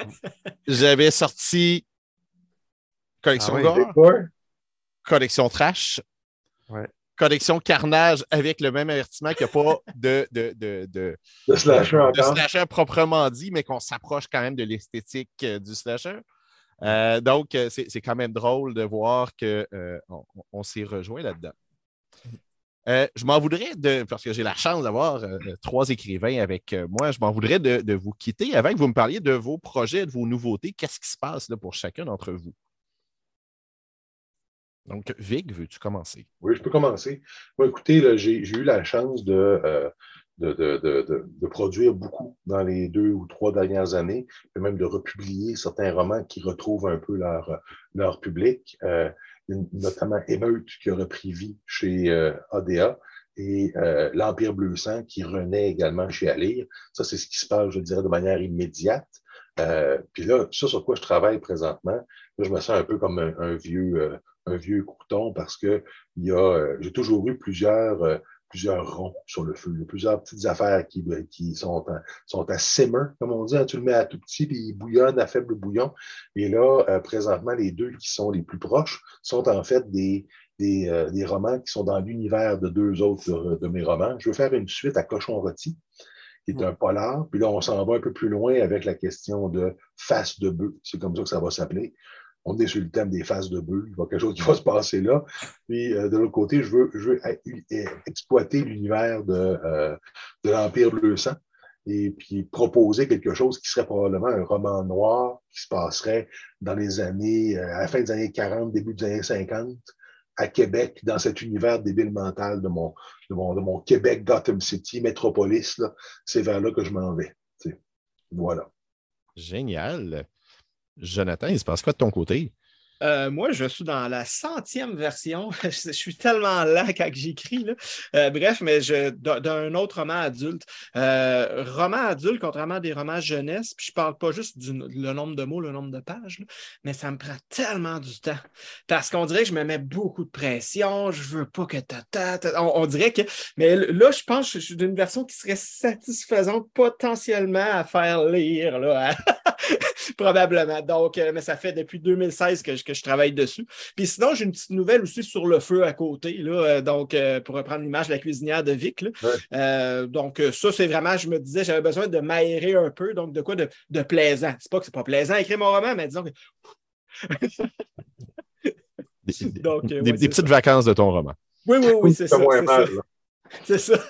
J'avais sorti Collection ah oui, Gore. Collection Trash. Ouais. Collection Carnage avec le même avertissement qu'il n'y a pas de, de, de, de, de, slasher, de, de slasher proprement dit, mais qu'on s'approche quand même de l'esthétique euh, du slasher. Euh, donc, c'est, c'est quand même drôle de voir qu'on euh, on s'est rejoint là-dedans. Euh, je m'en voudrais, de, parce que j'ai la chance d'avoir euh, trois écrivains avec euh, moi, je m'en voudrais de, de vous quitter avant que vous me parliez de vos projets, de vos nouveautés. Qu'est-ce qui se passe là, pour chacun d'entre vous? Donc, Vic, veux-tu commencer? Oui, je peux commencer. Bon, écoutez, là, j'ai, j'ai eu la chance de, euh, de, de, de, de, de produire beaucoup dans les deux ou trois dernières années, et même de republier certains romans qui retrouvent un peu leur, leur public. Euh, notamment Émeute qui a repris vie chez euh, A D A et euh, l'Empire Bleu Sang qui renaît également chez Alire. Ça, c'est ce qui se passe, je dirais, de manière immédiate. Euh, puis là, ça sur quoi je travaille présentement, là, je me sens un peu comme un, un vieux euh, un vieux couton parce que il y a, euh, j'ai toujours eu plusieurs euh, plusieurs ronds sur le feu, plusieurs petites affaires qui, qui sont, à, sont à simmer, comme on dit, hein, tu le mets à tout petit, puis il bouillonne à faible bouillon. Et là, euh, présentement, les deux qui sont les plus proches sont en fait des, des, euh, des romans qui sont dans l'univers de deux autres de, de mes romans. Je veux faire une suite à Cochon Rôti, qui est un polar, puis là, on s'en va un peu plus loin avec la question de face de bœuf, c'est comme ça que ça va s'appeler. On est sur le thème des faces de bœuf. Il y a quelque chose qui va se passer là. Puis, euh, de l'autre côté, je veux, je veux exploiter l'univers de, euh, de l'Empire Bleu Sang et puis proposer quelque chose qui serait probablement un roman noir qui se passerait dans les années, euh, à la fin des années quarante, début des années cinquante, à Québec, dans cet univers débile mental de mon, de mon, de mon Québec, Gotham City, métropolis. Là. C'est vers là que je m'en vais. T'sais. Voilà. Génial. Jonathan, il se passe quoi de ton côté? Euh, moi, je suis dans la centième version. je, je suis tellement lent quand j'écris. Là. Euh, bref, mais je, d'un autre roman adulte. Euh, roman adulte, contrairement à des romans jeunesse, puis je parle pas juste du le nombre de mots, le nombre de pages, là, mais ça me prend tellement du temps. Parce qu'on dirait que je me mets beaucoup de pression. Je veux pas que ta, ta, ta on, on dirait que. Mais là, je pense que je suis d'une version qui serait satisfaisante potentiellement à faire lire. Là, probablement. Donc, euh, mais ça fait depuis deux mille seize que je, que je travaille dessus. Puis sinon, j'ai une petite nouvelle aussi sur le feu à côté, là, euh, donc, euh, pour reprendre l'image de la cuisinière de Vic. Là. Ouais. Euh, donc, euh, ça, c'est vraiment, je me disais, j'avais besoin de m'aérer un peu, donc de quoi de, de plaisant. C'est pas que c'est pas plaisant à écrire mon roman, mais disons que. Des, donc, euh, des, ouais, des petites ça. vacances de ton roman. Oui, oui, oui, c'est ça. moins C'est mal, ça. là. C'est ça.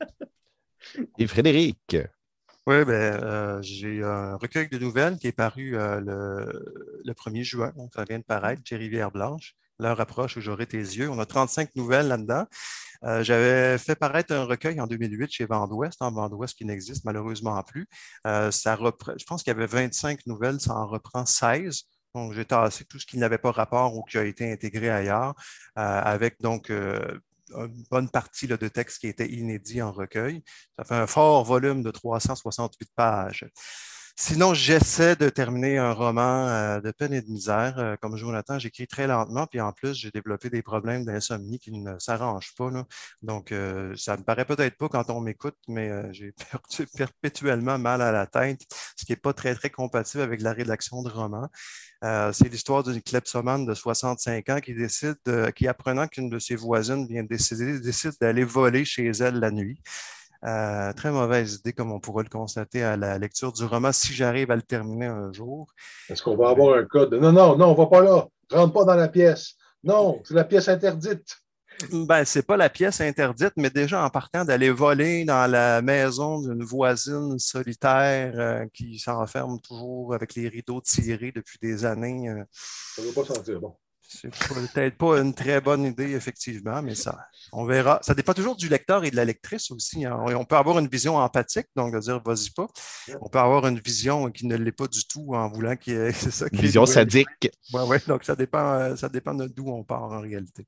Et Frédéric? Oui, ben, euh, j'ai un recueil de nouvelles qui est paru euh, le, le premier juin, donc ça vient de paraître, chez Rivière-Blanche. L'heure approche où j'aurai tes yeux. On a trente-cinq nouvelles là-dedans. Euh, j'avais fait paraître un recueil en deux mille huit chez Vent d'Ouest, en Vent d'Ouest qui n'existe malheureusement plus. Euh, ça repre... Je pense qu'il y avait vingt-cinq nouvelles, ça en reprend seize. Donc, j'ai tassé tout ce qui n'avait pas rapport ou qui a été intégré ailleurs, euh, avec donc euh, une bonne partie là, de textes qui étaient inédits en recueil. Ça fait un fort volume de trois cent soixante-huit pages. Sinon, j'essaie de terminer un roman euh, de peine et de misère. Euh, comme Jonathan, j'écris très lentement, puis en plus, j'ai développé des problèmes d'insomnie qui ne s'arrangent pas. Là. Donc, euh, ça ne me paraît peut-être pas quand on m'écoute, mais euh, j'ai perdu perpétuellement mal à la tête, ce qui n'est pas très, très compatible avec la rédaction de romans. Euh, c'est l'histoire d'une kleptomane de soixante-cinq ans qui décide, de, qui apprenant qu'une de ses voisines vient de décider, décide d'aller voler chez elle la nuit. Euh, très mauvaise idée, comme on pourra le constater à la lecture du roman, si j'arrive à le terminer un jour. Est-ce qu'on va avoir un code? Non, non, non, on ne va pas là. Rentre pas dans la pièce. Non, c'est la pièce interdite. Ben, c'est pas la pièce interdite, mais déjà en partant d'aller voler dans la maison d'une voisine solitaire euh, qui s'enferme toujours avec les rideaux tirés depuis des années. Euh, ça ne veut pas sentir bon. C'est peut-être pas une très bonne idée, effectivement, mais ça, on verra. Ça dépend toujours du lecteur et de la lectrice aussi. Hein. On peut avoir une vision empathique, donc de dire vas-y pas. On peut avoir une vision qui ne l'est pas du tout en voulant qu'il y ait. C'est ça, Une vision sadique. Oui, ouais, donc ça dépend, ça dépend de d'où on part en réalité.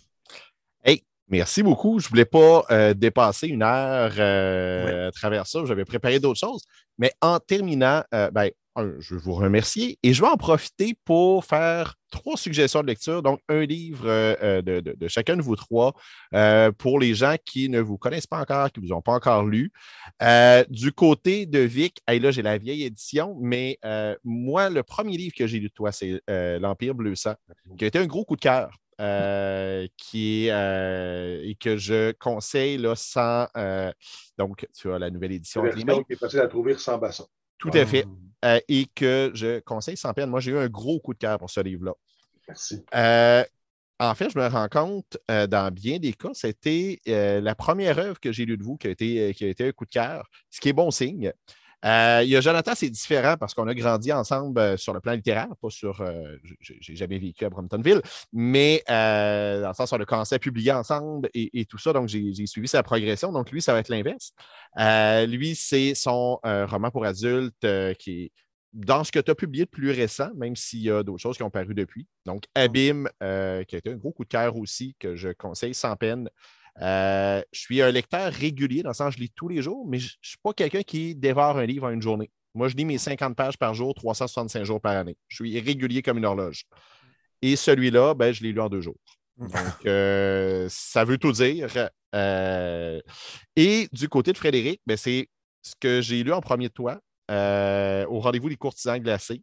Hey, merci beaucoup. Je ne voulais pas euh, dépasser une heure euh, ouais. à travers ça. J'avais préparé d'autres choses. Mais en terminant, euh, ben, je veux vous remercier et je vais en profiter pour faire trois suggestions de lecture. Donc, un livre euh, de, de, de chacun de vous trois euh, pour les gens qui ne vous connaissent pas encore, qui ne vous ont pas encore lu. Euh, du côté de Vic, hey, là, j'ai la vieille édition, mais euh, moi, le premier livre que j'ai lu de toi, c'est euh, L'Empire bleu sang, qui a été un gros coup de cœur. Euh, qui est euh, et que je conseille là, sans euh, donc tu as la nouvelle édition C'est la version qui est facile à trouver sans basson. Tout à fait. Euh, et que je conseille sans peine. Moi, j'ai eu un gros coup de cœur pour ce livre-là. Merci. Euh, en fait, je me rends compte, euh, dans bien des cas, c'était euh, la première œuvre que j'ai lue de vous qui a été, qui a été un coup de cœur, ce qui est bon signe. Euh, il y a Jonathan, c'est différent parce qu'on a grandi ensemble euh, sur le plan littéraire, pas sur. Euh, j'ai jamais vécu à Bromptonville, mais euh, dans le sens, on a commencé à publier ensemble et, et tout ça, donc j'ai suivi sa progression. Donc, lui, ça va être l'inverse. Euh, lui, c'est son euh, roman pour adultes euh, qui est dans ce que tu as publié de plus récent, même s'il y a d'autres choses qui ont paru depuis. Donc, Abîme, euh, qui a été un gros coup de cœur aussi, que je conseille sans peine. Euh, je suis un lecteur régulier, dans le sens que je lis tous les jours, mais je ne suis pas quelqu'un qui dévore un livre en une journée. Moi, je lis mes cinquante pages par jour, trois cent soixante-cinq jours par année. Je suis régulier comme une horloge. Et celui-là, ben, je l'ai lu en deux jours. Donc, euh, ça veut tout dire. Euh, et du côté de Frédéric, ben, c'est ce que j'ai lu en premier de toi, euh, Au rendez-vous des courtisans glacés,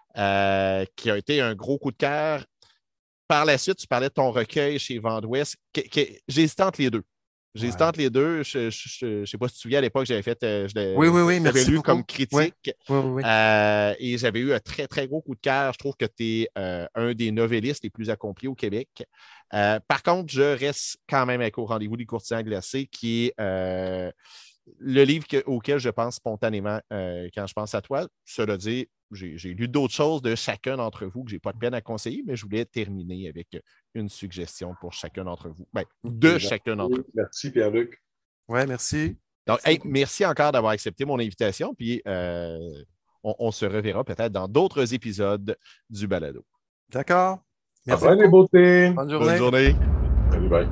euh, qui a été un gros coup de cœur. Par la suite, tu parlais de ton recueil chez Vent d'Ouest. J'hésitais entre les deux. J'hésitais ouais. entre les deux. Je ne sais pas si tu te souviens, à l'époque, j'avais fait. Euh, je oui, oui, oui, j'avais lu beaucoup. comme critique. Oui, oui, oui. Euh, et j'avais eu un très, très gros coup de cœur. Je trouve que tu es euh, un des novellistes les plus accomplis au Québec. Euh, par contre, je reste quand même avec Au rendez-vous des courtisans glacés, qui est euh, le livre que, auquel je pense spontanément euh, quand je pense à toi. Cela dit, j'ai lu d'autres choses de chacun d'entre vous que je n'ai pas de peine à conseiller, mais je voulais terminer avec une suggestion pour chacun d'entre vous. Ben, de merci. chacun d'entre vous. Merci, Pierre-Luc. Oui, merci. Donc, hey, merci encore d'avoir accepté mon invitation. Puis, euh, on, on se reverra peut-être dans d'autres épisodes du balado. D'accord. Merci. Bonne les beautés. Bonne journée. Bonne journée. Salut, bye.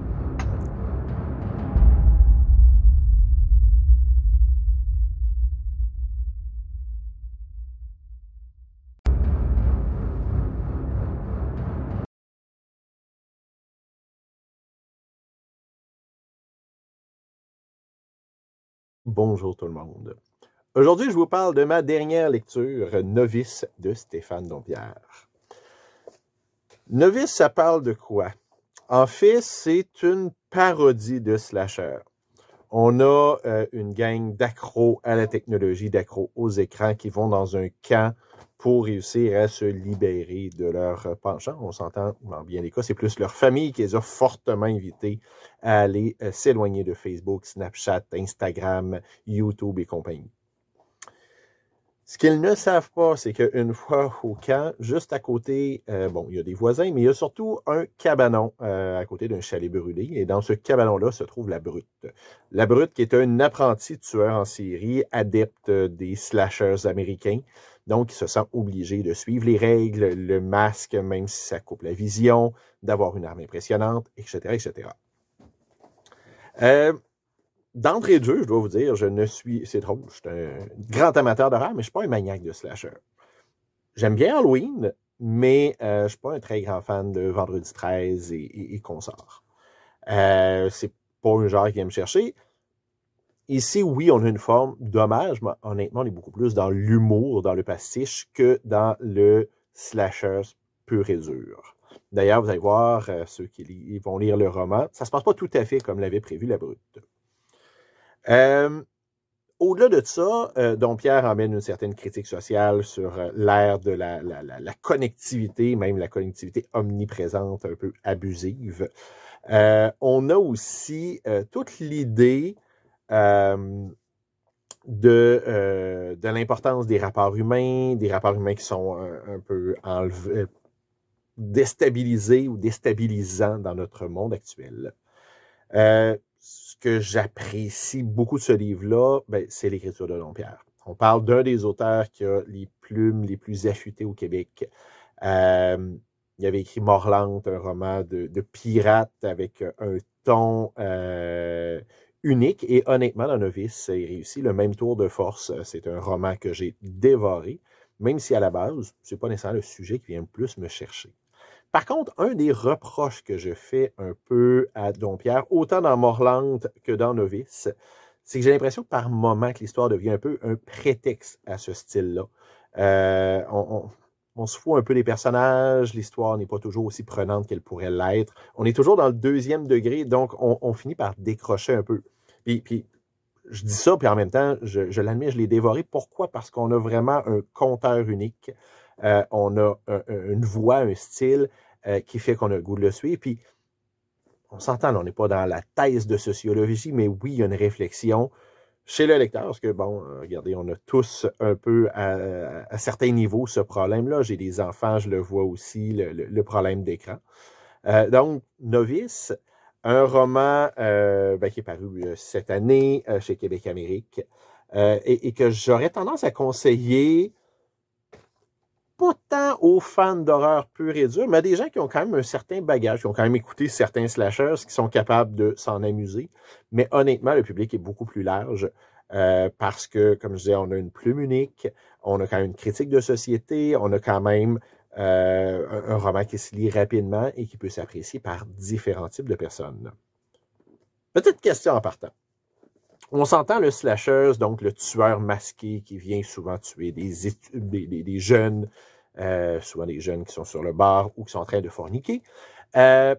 Bonjour tout le monde. Aujourd'hui, je vous parle de ma dernière lecture, Novice de Stéphane Dompierre. Novice, ça parle de quoi? En fait, c'est une parodie de slasher. On a euh, une gang d'accros à la technologie, d'accros aux écrans qui vont dans un camp pour réussir à se libérer de leur penchant. On s'entend, dans bien des cas, c'est plus leur famille qui les a fortement invités à aller euh, s'éloigner de Facebook, Snapchat, Instagram, YouTube et compagnie. Ce qu'ils ne savent pas, c'est qu'une fois au camp, juste à côté, euh, bon, il y a des voisins, mais il y a surtout un cabanon euh, à côté d'un chalet brûlé. Et dans ce cabanon-là se trouve la Brute. La Brute qui est un apprenti tueur en série, adepte des slashers américains. Donc, il se sent obligé de suivre les règles, le masque, même si ça coupe la vision, d'avoir une arme impressionnante, et cetera, et cetera. Euh, D'entrée de jeu, je dois vous dire, je ne suis... C'est drôle, je suis un grand amateur d'horreur, mais je ne suis pas un maniaque de slasher. J'aime bien Halloween, mais euh, je ne suis pas un très grand fan de Vendredi treize et, et, et consorts. Euh, c'est pas un genre qui vient me chercher. Ici, oui, on a une forme d'hommage, mais honnêtement, on est beaucoup plus dans l'humour, dans le pastiche, que dans le slasher pur et dur. D'ailleurs, vous allez voir, euh, ceux qui li- vont lire le roman, ça ne se passe pas tout à fait comme l'avait prévu la Brute. Euh, au-delà de ça, euh, Dompierre emmène une certaine critique sociale sur euh, l'ère de la, la, la, la connectivité, même la connectivité omniprésente, un peu abusive. Euh, on a aussi euh, toute l'idée euh, de, euh, de l'importance des rapports humains, des rapports humains qui sont un, un peu enlevés, déstabilisés ou déstabilisants dans notre monde actuel. Euh, Ce que j'apprécie beaucoup de ce livre-là, ben, c'est l'écriture de Dompierre. On parle d'un des auteurs qui a les plumes les plus affûtées au Québec. Euh, il avait écrit Morlante, un roman de, de pirate avec un ton euh, unique. Et honnêtement, dans Novice, il réussit le même tour de force. C'est un roman que j'ai dévoré, même si à la base, c'est pas nécessairement le sujet qui vient le plus me chercher. Par contre, un des reproches que je fais un peu à Dompierre, autant dans Morlante que dans Novice, c'est que j'ai l'impression que par moment que l'histoire devient un peu un prétexte à ce style-là. Euh, on, on, on se fout un peu des personnages, l'histoire n'est pas toujours aussi prenante qu'elle pourrait l'être. On est toujours dans le deuxième degré, donc on, on finit par décrocher un peu. Puis, puis je dis ça, puis en même temps, je, je l'admets, je l'ai dévoré. Pourquoi? Parce qu'on a vraiment un conteur unique. Euh, on a un, une voix, un style euh, qui fait qu'on a le goût de le suivre. Puis, on s'entend, là, on n'est pas dans la thèse de sociologie, mais oui, il y a une réflexion chez le lecteur, parce que, bon, euh, regardez, on a tous un peu à, à certains niveaux ce problème-là. J'ai des enfants, je le vois aussi, le, le, le problème d'écran. Euh, donc, Novice, un roman euh, ben, qui est paru euh, cette année euh, chez Québec Amérique, euh, et, et que j'aurais tendance à conseiller pas tant aux fans d'horreur pure et dure, mais à des gens qui ont quand même un certain bagage, qui ont quand même écouté certains slashers, qui sont capables de s'en amuser. Mais honnêtement, le public est beaucoup plus large euh, parce que, comme je disais, on a une plume unique, on a quand même une critique de société, on a quand même euh, un, un roman qui se lit rapidement et qui peut s'apprécier par différents types de personnes. Petite question en partant. On s'entend le slasher, donc le tueur masqué qui vient souvent tuer des, étu- des, des, des jeunes, euh, souvent des jeunes qui sont sur le bar ou qui sont en train de forniquer. Euh,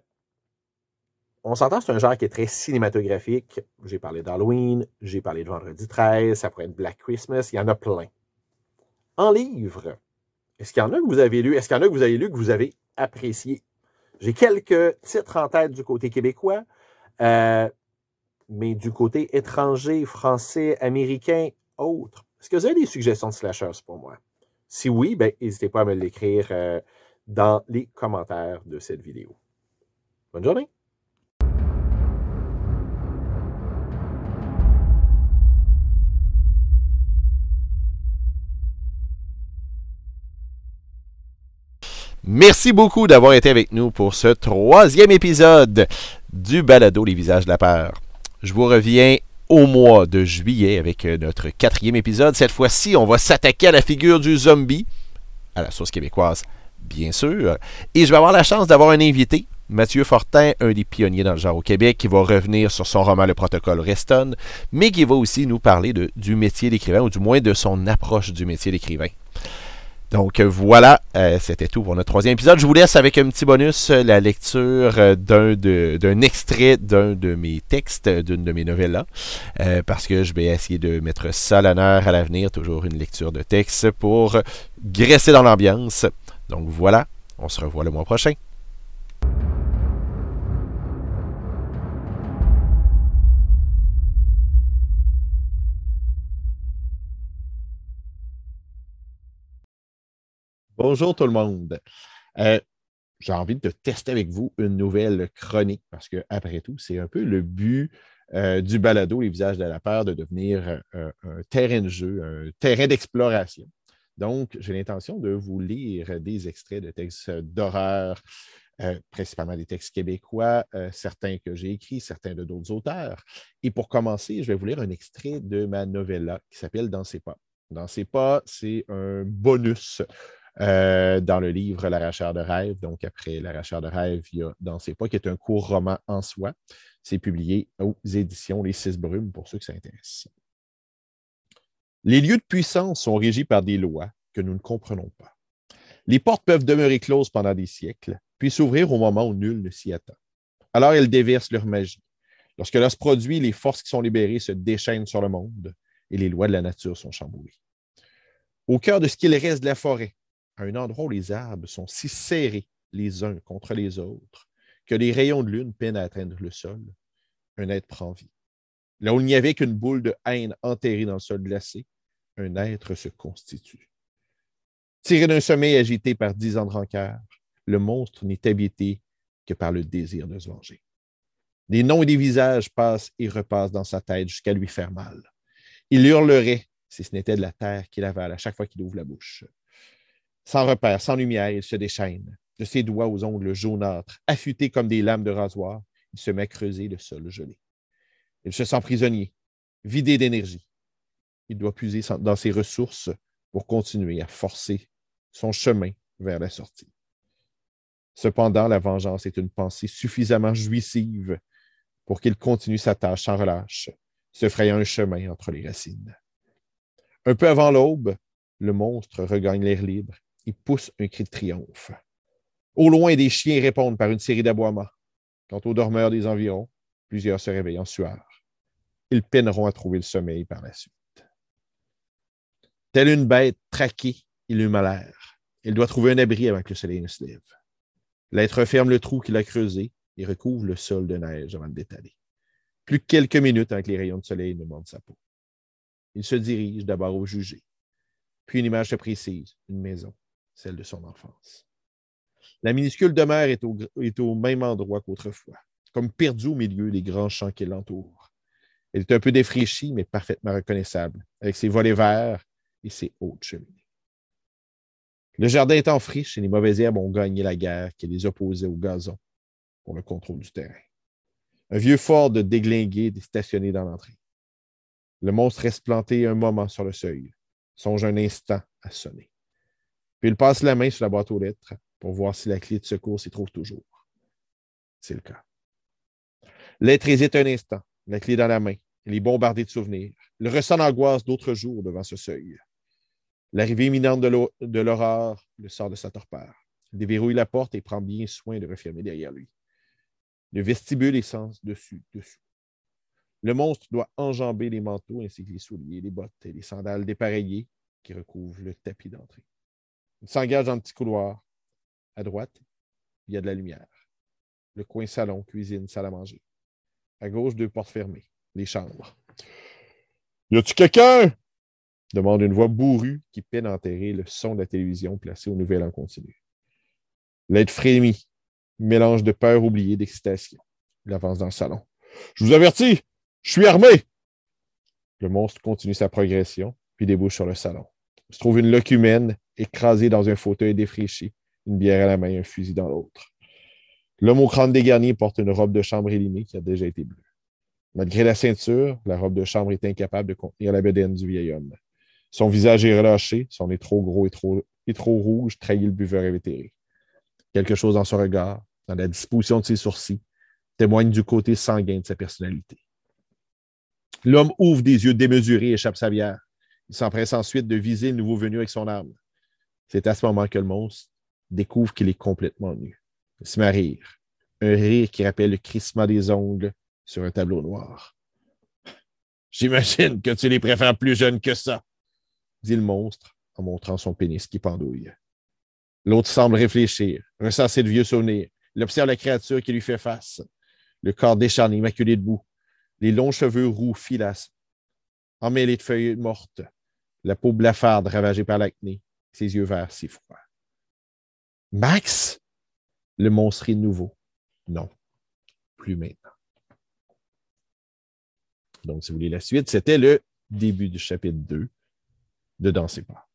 on s'entend, c'est un genre qui est très cinématographique. J'ai parlé d'Halloween, j'ai parlé de Vendredi treize, ça pourrait être Black Christmas, il y en a plein. En livre, est-ce qu'il y en a que vous avez lu, est-ce qu'il y en a que vous avez lu que vous avez apprécié? J'ai quelques titres en tête du côté québécois. Euh, mais du côté étranger, français, américain, autre. Est-ce que vous avez des suggestions de slashers pour moi? Si oui, ben, n'hésitez pas à me l'écrire euh, dans les commentaires de cette vidéo. Bonne journée! Merci beaucoup d'avoir été avec nous pour ce troisième épisode du balado Les Visages de la Peur. Je vous reviens au mois de juillet avec notre quatrième épisode. Cette fois-ci, on va s'attaquer à la figure du zombie, à la sauce québécoise, bien sûr. Et je vais avoir la chance d'avoir un invité, Mathieu Fortin, un des pionniers dans le genre au Québec, qui va revenir sur son roman Le Protocole Reston, mais qui va aussi nous parler de, du métier d'écrivain, ou du moins de son approche du métier d'écrivain. Donc voilà, euh, c'était tout pour notre troisième épisode. Je vous laisse avec un petit bonus, la lecture d'un, de, d'un extrait d'un de mes textes, d'une de mes novellas, euh, parce que je vais essayer de mettre ça à l'honneur à l'avenir, toujours une lecture de texte pour graisser dans l'ambiance. Donc voilà, on se revoit le mois prochain. Bonjour tout le monde. Euh, j'ai envie de tester avec vous une nouvelle chronique parce que, après tout, c'est un peu le but euh, du balado Les Visages de la Peur de devenir euh, un terrain de jeu, un terrain d'exploration. Donc, j'ai l'intention de vous lire des extraits de textes d'horreur, euh, principalement des textes québécois, euh, certains que j'ai écrits, certains de d'autres auteurs. Et pour commencer, je vais vous lire un extrait de ma novella qui s'appelle Dans ses pas. Dans ses pas, c'est un bonus Euh, dans le livre L'arracheur de rêve. Donc, après L'arracheur de rêve, il y a Dans ses pas, qui est un court roman en soi. C'est publié aux éditions Les Six Brumes, pour ceux que ça intéresse. Les lieux de puissance sont régis par des lois que nous ne comprenons pas. Les portes peuvent demeurer closes pendant des siècles, puis s'ouvrir au moment où nul ne s'y attend. Alors, elles déversent leur magie. Lorsque là se produit, les forces qui sont libérées se déchaînent sur le monde et les lois de la nature sont chamboulées. Au cœur de ce qu'il reste de la forêt, à un endroit où les arbres sont si serrés les uns contre les autres que les rayons de lune peinent à atteindre le sol, un être prend vie. Là où il n'y avait qu'une boule de haine enterrée dans le sol glacé, un être se constitue. Tiré d'un sommeil agité par dix ans de rancœur, le monstre n'est habité que par le désir de se venger. Des noms et des visages passent et repassent dans sa tête jusqu'à lui faire mal. Il hurlerait si ce n'était de la terre qu'il avale à chaque fois qu'il ouvre la bouche. Sans repère, sans lumière, il se déchaîne. De ses doigts aux ongles jaunâtres, affûtés comme des lames de rasoir, il se met à creuser le sol gelé. Il se sent prisonnier, vidé d'énergie. Il doit puiser dans ses ressources pour continuer à forcer son chemin vers la sortie. Cependant, la vengeance est une pensée suffisamment jouissive pour qu'il continue sa tâche sans relâche, se frayant un chemin entre les racines. Un peu avant l'aube, le monstre regagne l'air libre. Il pousse un cri de triomphe. Au loin, des chiens répondent par une série d'aboiements. Quant aux dormeurs des environs, plusieurs se réveillent en sueur. Ils peineront à trouver le sommeil par la suite. Telle une bête traquée, il eut l'air. Il doit trouver un abri avant que le soleil ne se lève. L'être referme le trou qu'il a creusé et recouvre le sol de neige avant de l'étaler. Plus que quelques minutes avant que les rayons de soleil ne mordent sa peau. Il se dirige d'abord au jugé. Puis une image se précise, une maison, celle de son enfance. La minuscule demeure est au, est au même endroit qu'autrefois, comme perdue au milieu des grands champs qui l'entourent. Elle est un peu défraîchie, mais parfaitement reconnaissable, avec ses volets verts et ses hautes cheminées. Le jardin est en friche et les mauvaises herbes ont gagné la guerre qui les opposait au gazon pour le contrôle du terrain. Un vieux Ford déglingué est stationné dans l'entrée. Le monstre reste planté un moment sur le seuil, songe un instant à sonner. Puis il passe la main sur la boîte aux lettres pour voir si la clé de secours s'y trouve toujours. C'est le cas. L'être hésite un instant, la clé dans la main, il est bombardé de souvenirs. Il ressent l'angoisse d'autres jours devant ce seuil. L'arrivée imminente de l'aurore le sort de sa torpeur. Il déverrouille la porte et prend bien soin de refermer derrière lui. Le vestibule est sens dessus, dessous. Le monstre doit enjamber les manteaux ainsi que les souliers, les bottes et les sandales dépareillées qui recouvrent le tapis d'entrée. Il s'engage dans le petit couloir. À droite, il y a de la lumière. Le coin salon, cuisine, salle à manger. À gauche, deux portes fermées. Les chambres. « Y a-tu quelqu'un? » demande une voix bourrue qui peine à enterrer le son de la télévision placée aux nouvelles en continu. L'être frémit, mélange de peur oubliée, d'excitation. Il avance dans le salon. « Je vous avertis, je suis armé! » Le monstre continue sa progression, puis débouche sur le salon. Il se trouve une loque humaine, écrasée dans un fauteuil défraîchi, une bière à la main, un fusil dans l'autre. L'homme au crâne dégarni porte une robe de chambre élimée qui a déjà été bleue. Malgré la ceinture, la robe de chambre est incapable de contenir la bedaine du vieil homme. Son visage est relâché, son nez trop gros et trop, et trop rouge trahit le buveur invétéré. Quelque chose dans son regard, dans la disposition de ses sourcils, témoigne du côté sanguin de sa personnalité. L'homme ouvre des yeux démesurés et échappe sa bière. Il s'empresse ensuite de viser le nouveau venu avec son arme. C'est à ce moment que le monstre découvre qu'il est complètement nu. Il se met à rire. Un rire qui rappelle le crissement des ongles sur un tableau noir. « J'imagine que tu les préfères plus jeunes que ça, » dit le monstre en montrant son pénis qui pendouille. L'autre semble réfléchir, recenser de vieux souvenirs. Il observe la créature qui lui fait face. Le corps décharné, immaculé debout. Les longs cheveux roux filassent, emmêlés de feuilles mortes. La peau blafarde ravagée par l'acné. Ses yeux verts si froids. « Max? » Le monstre est nouveau. Non, plus maintenant. Donc, si vous voulez la suite, c'était le début du chapitre deux de Dansez pas.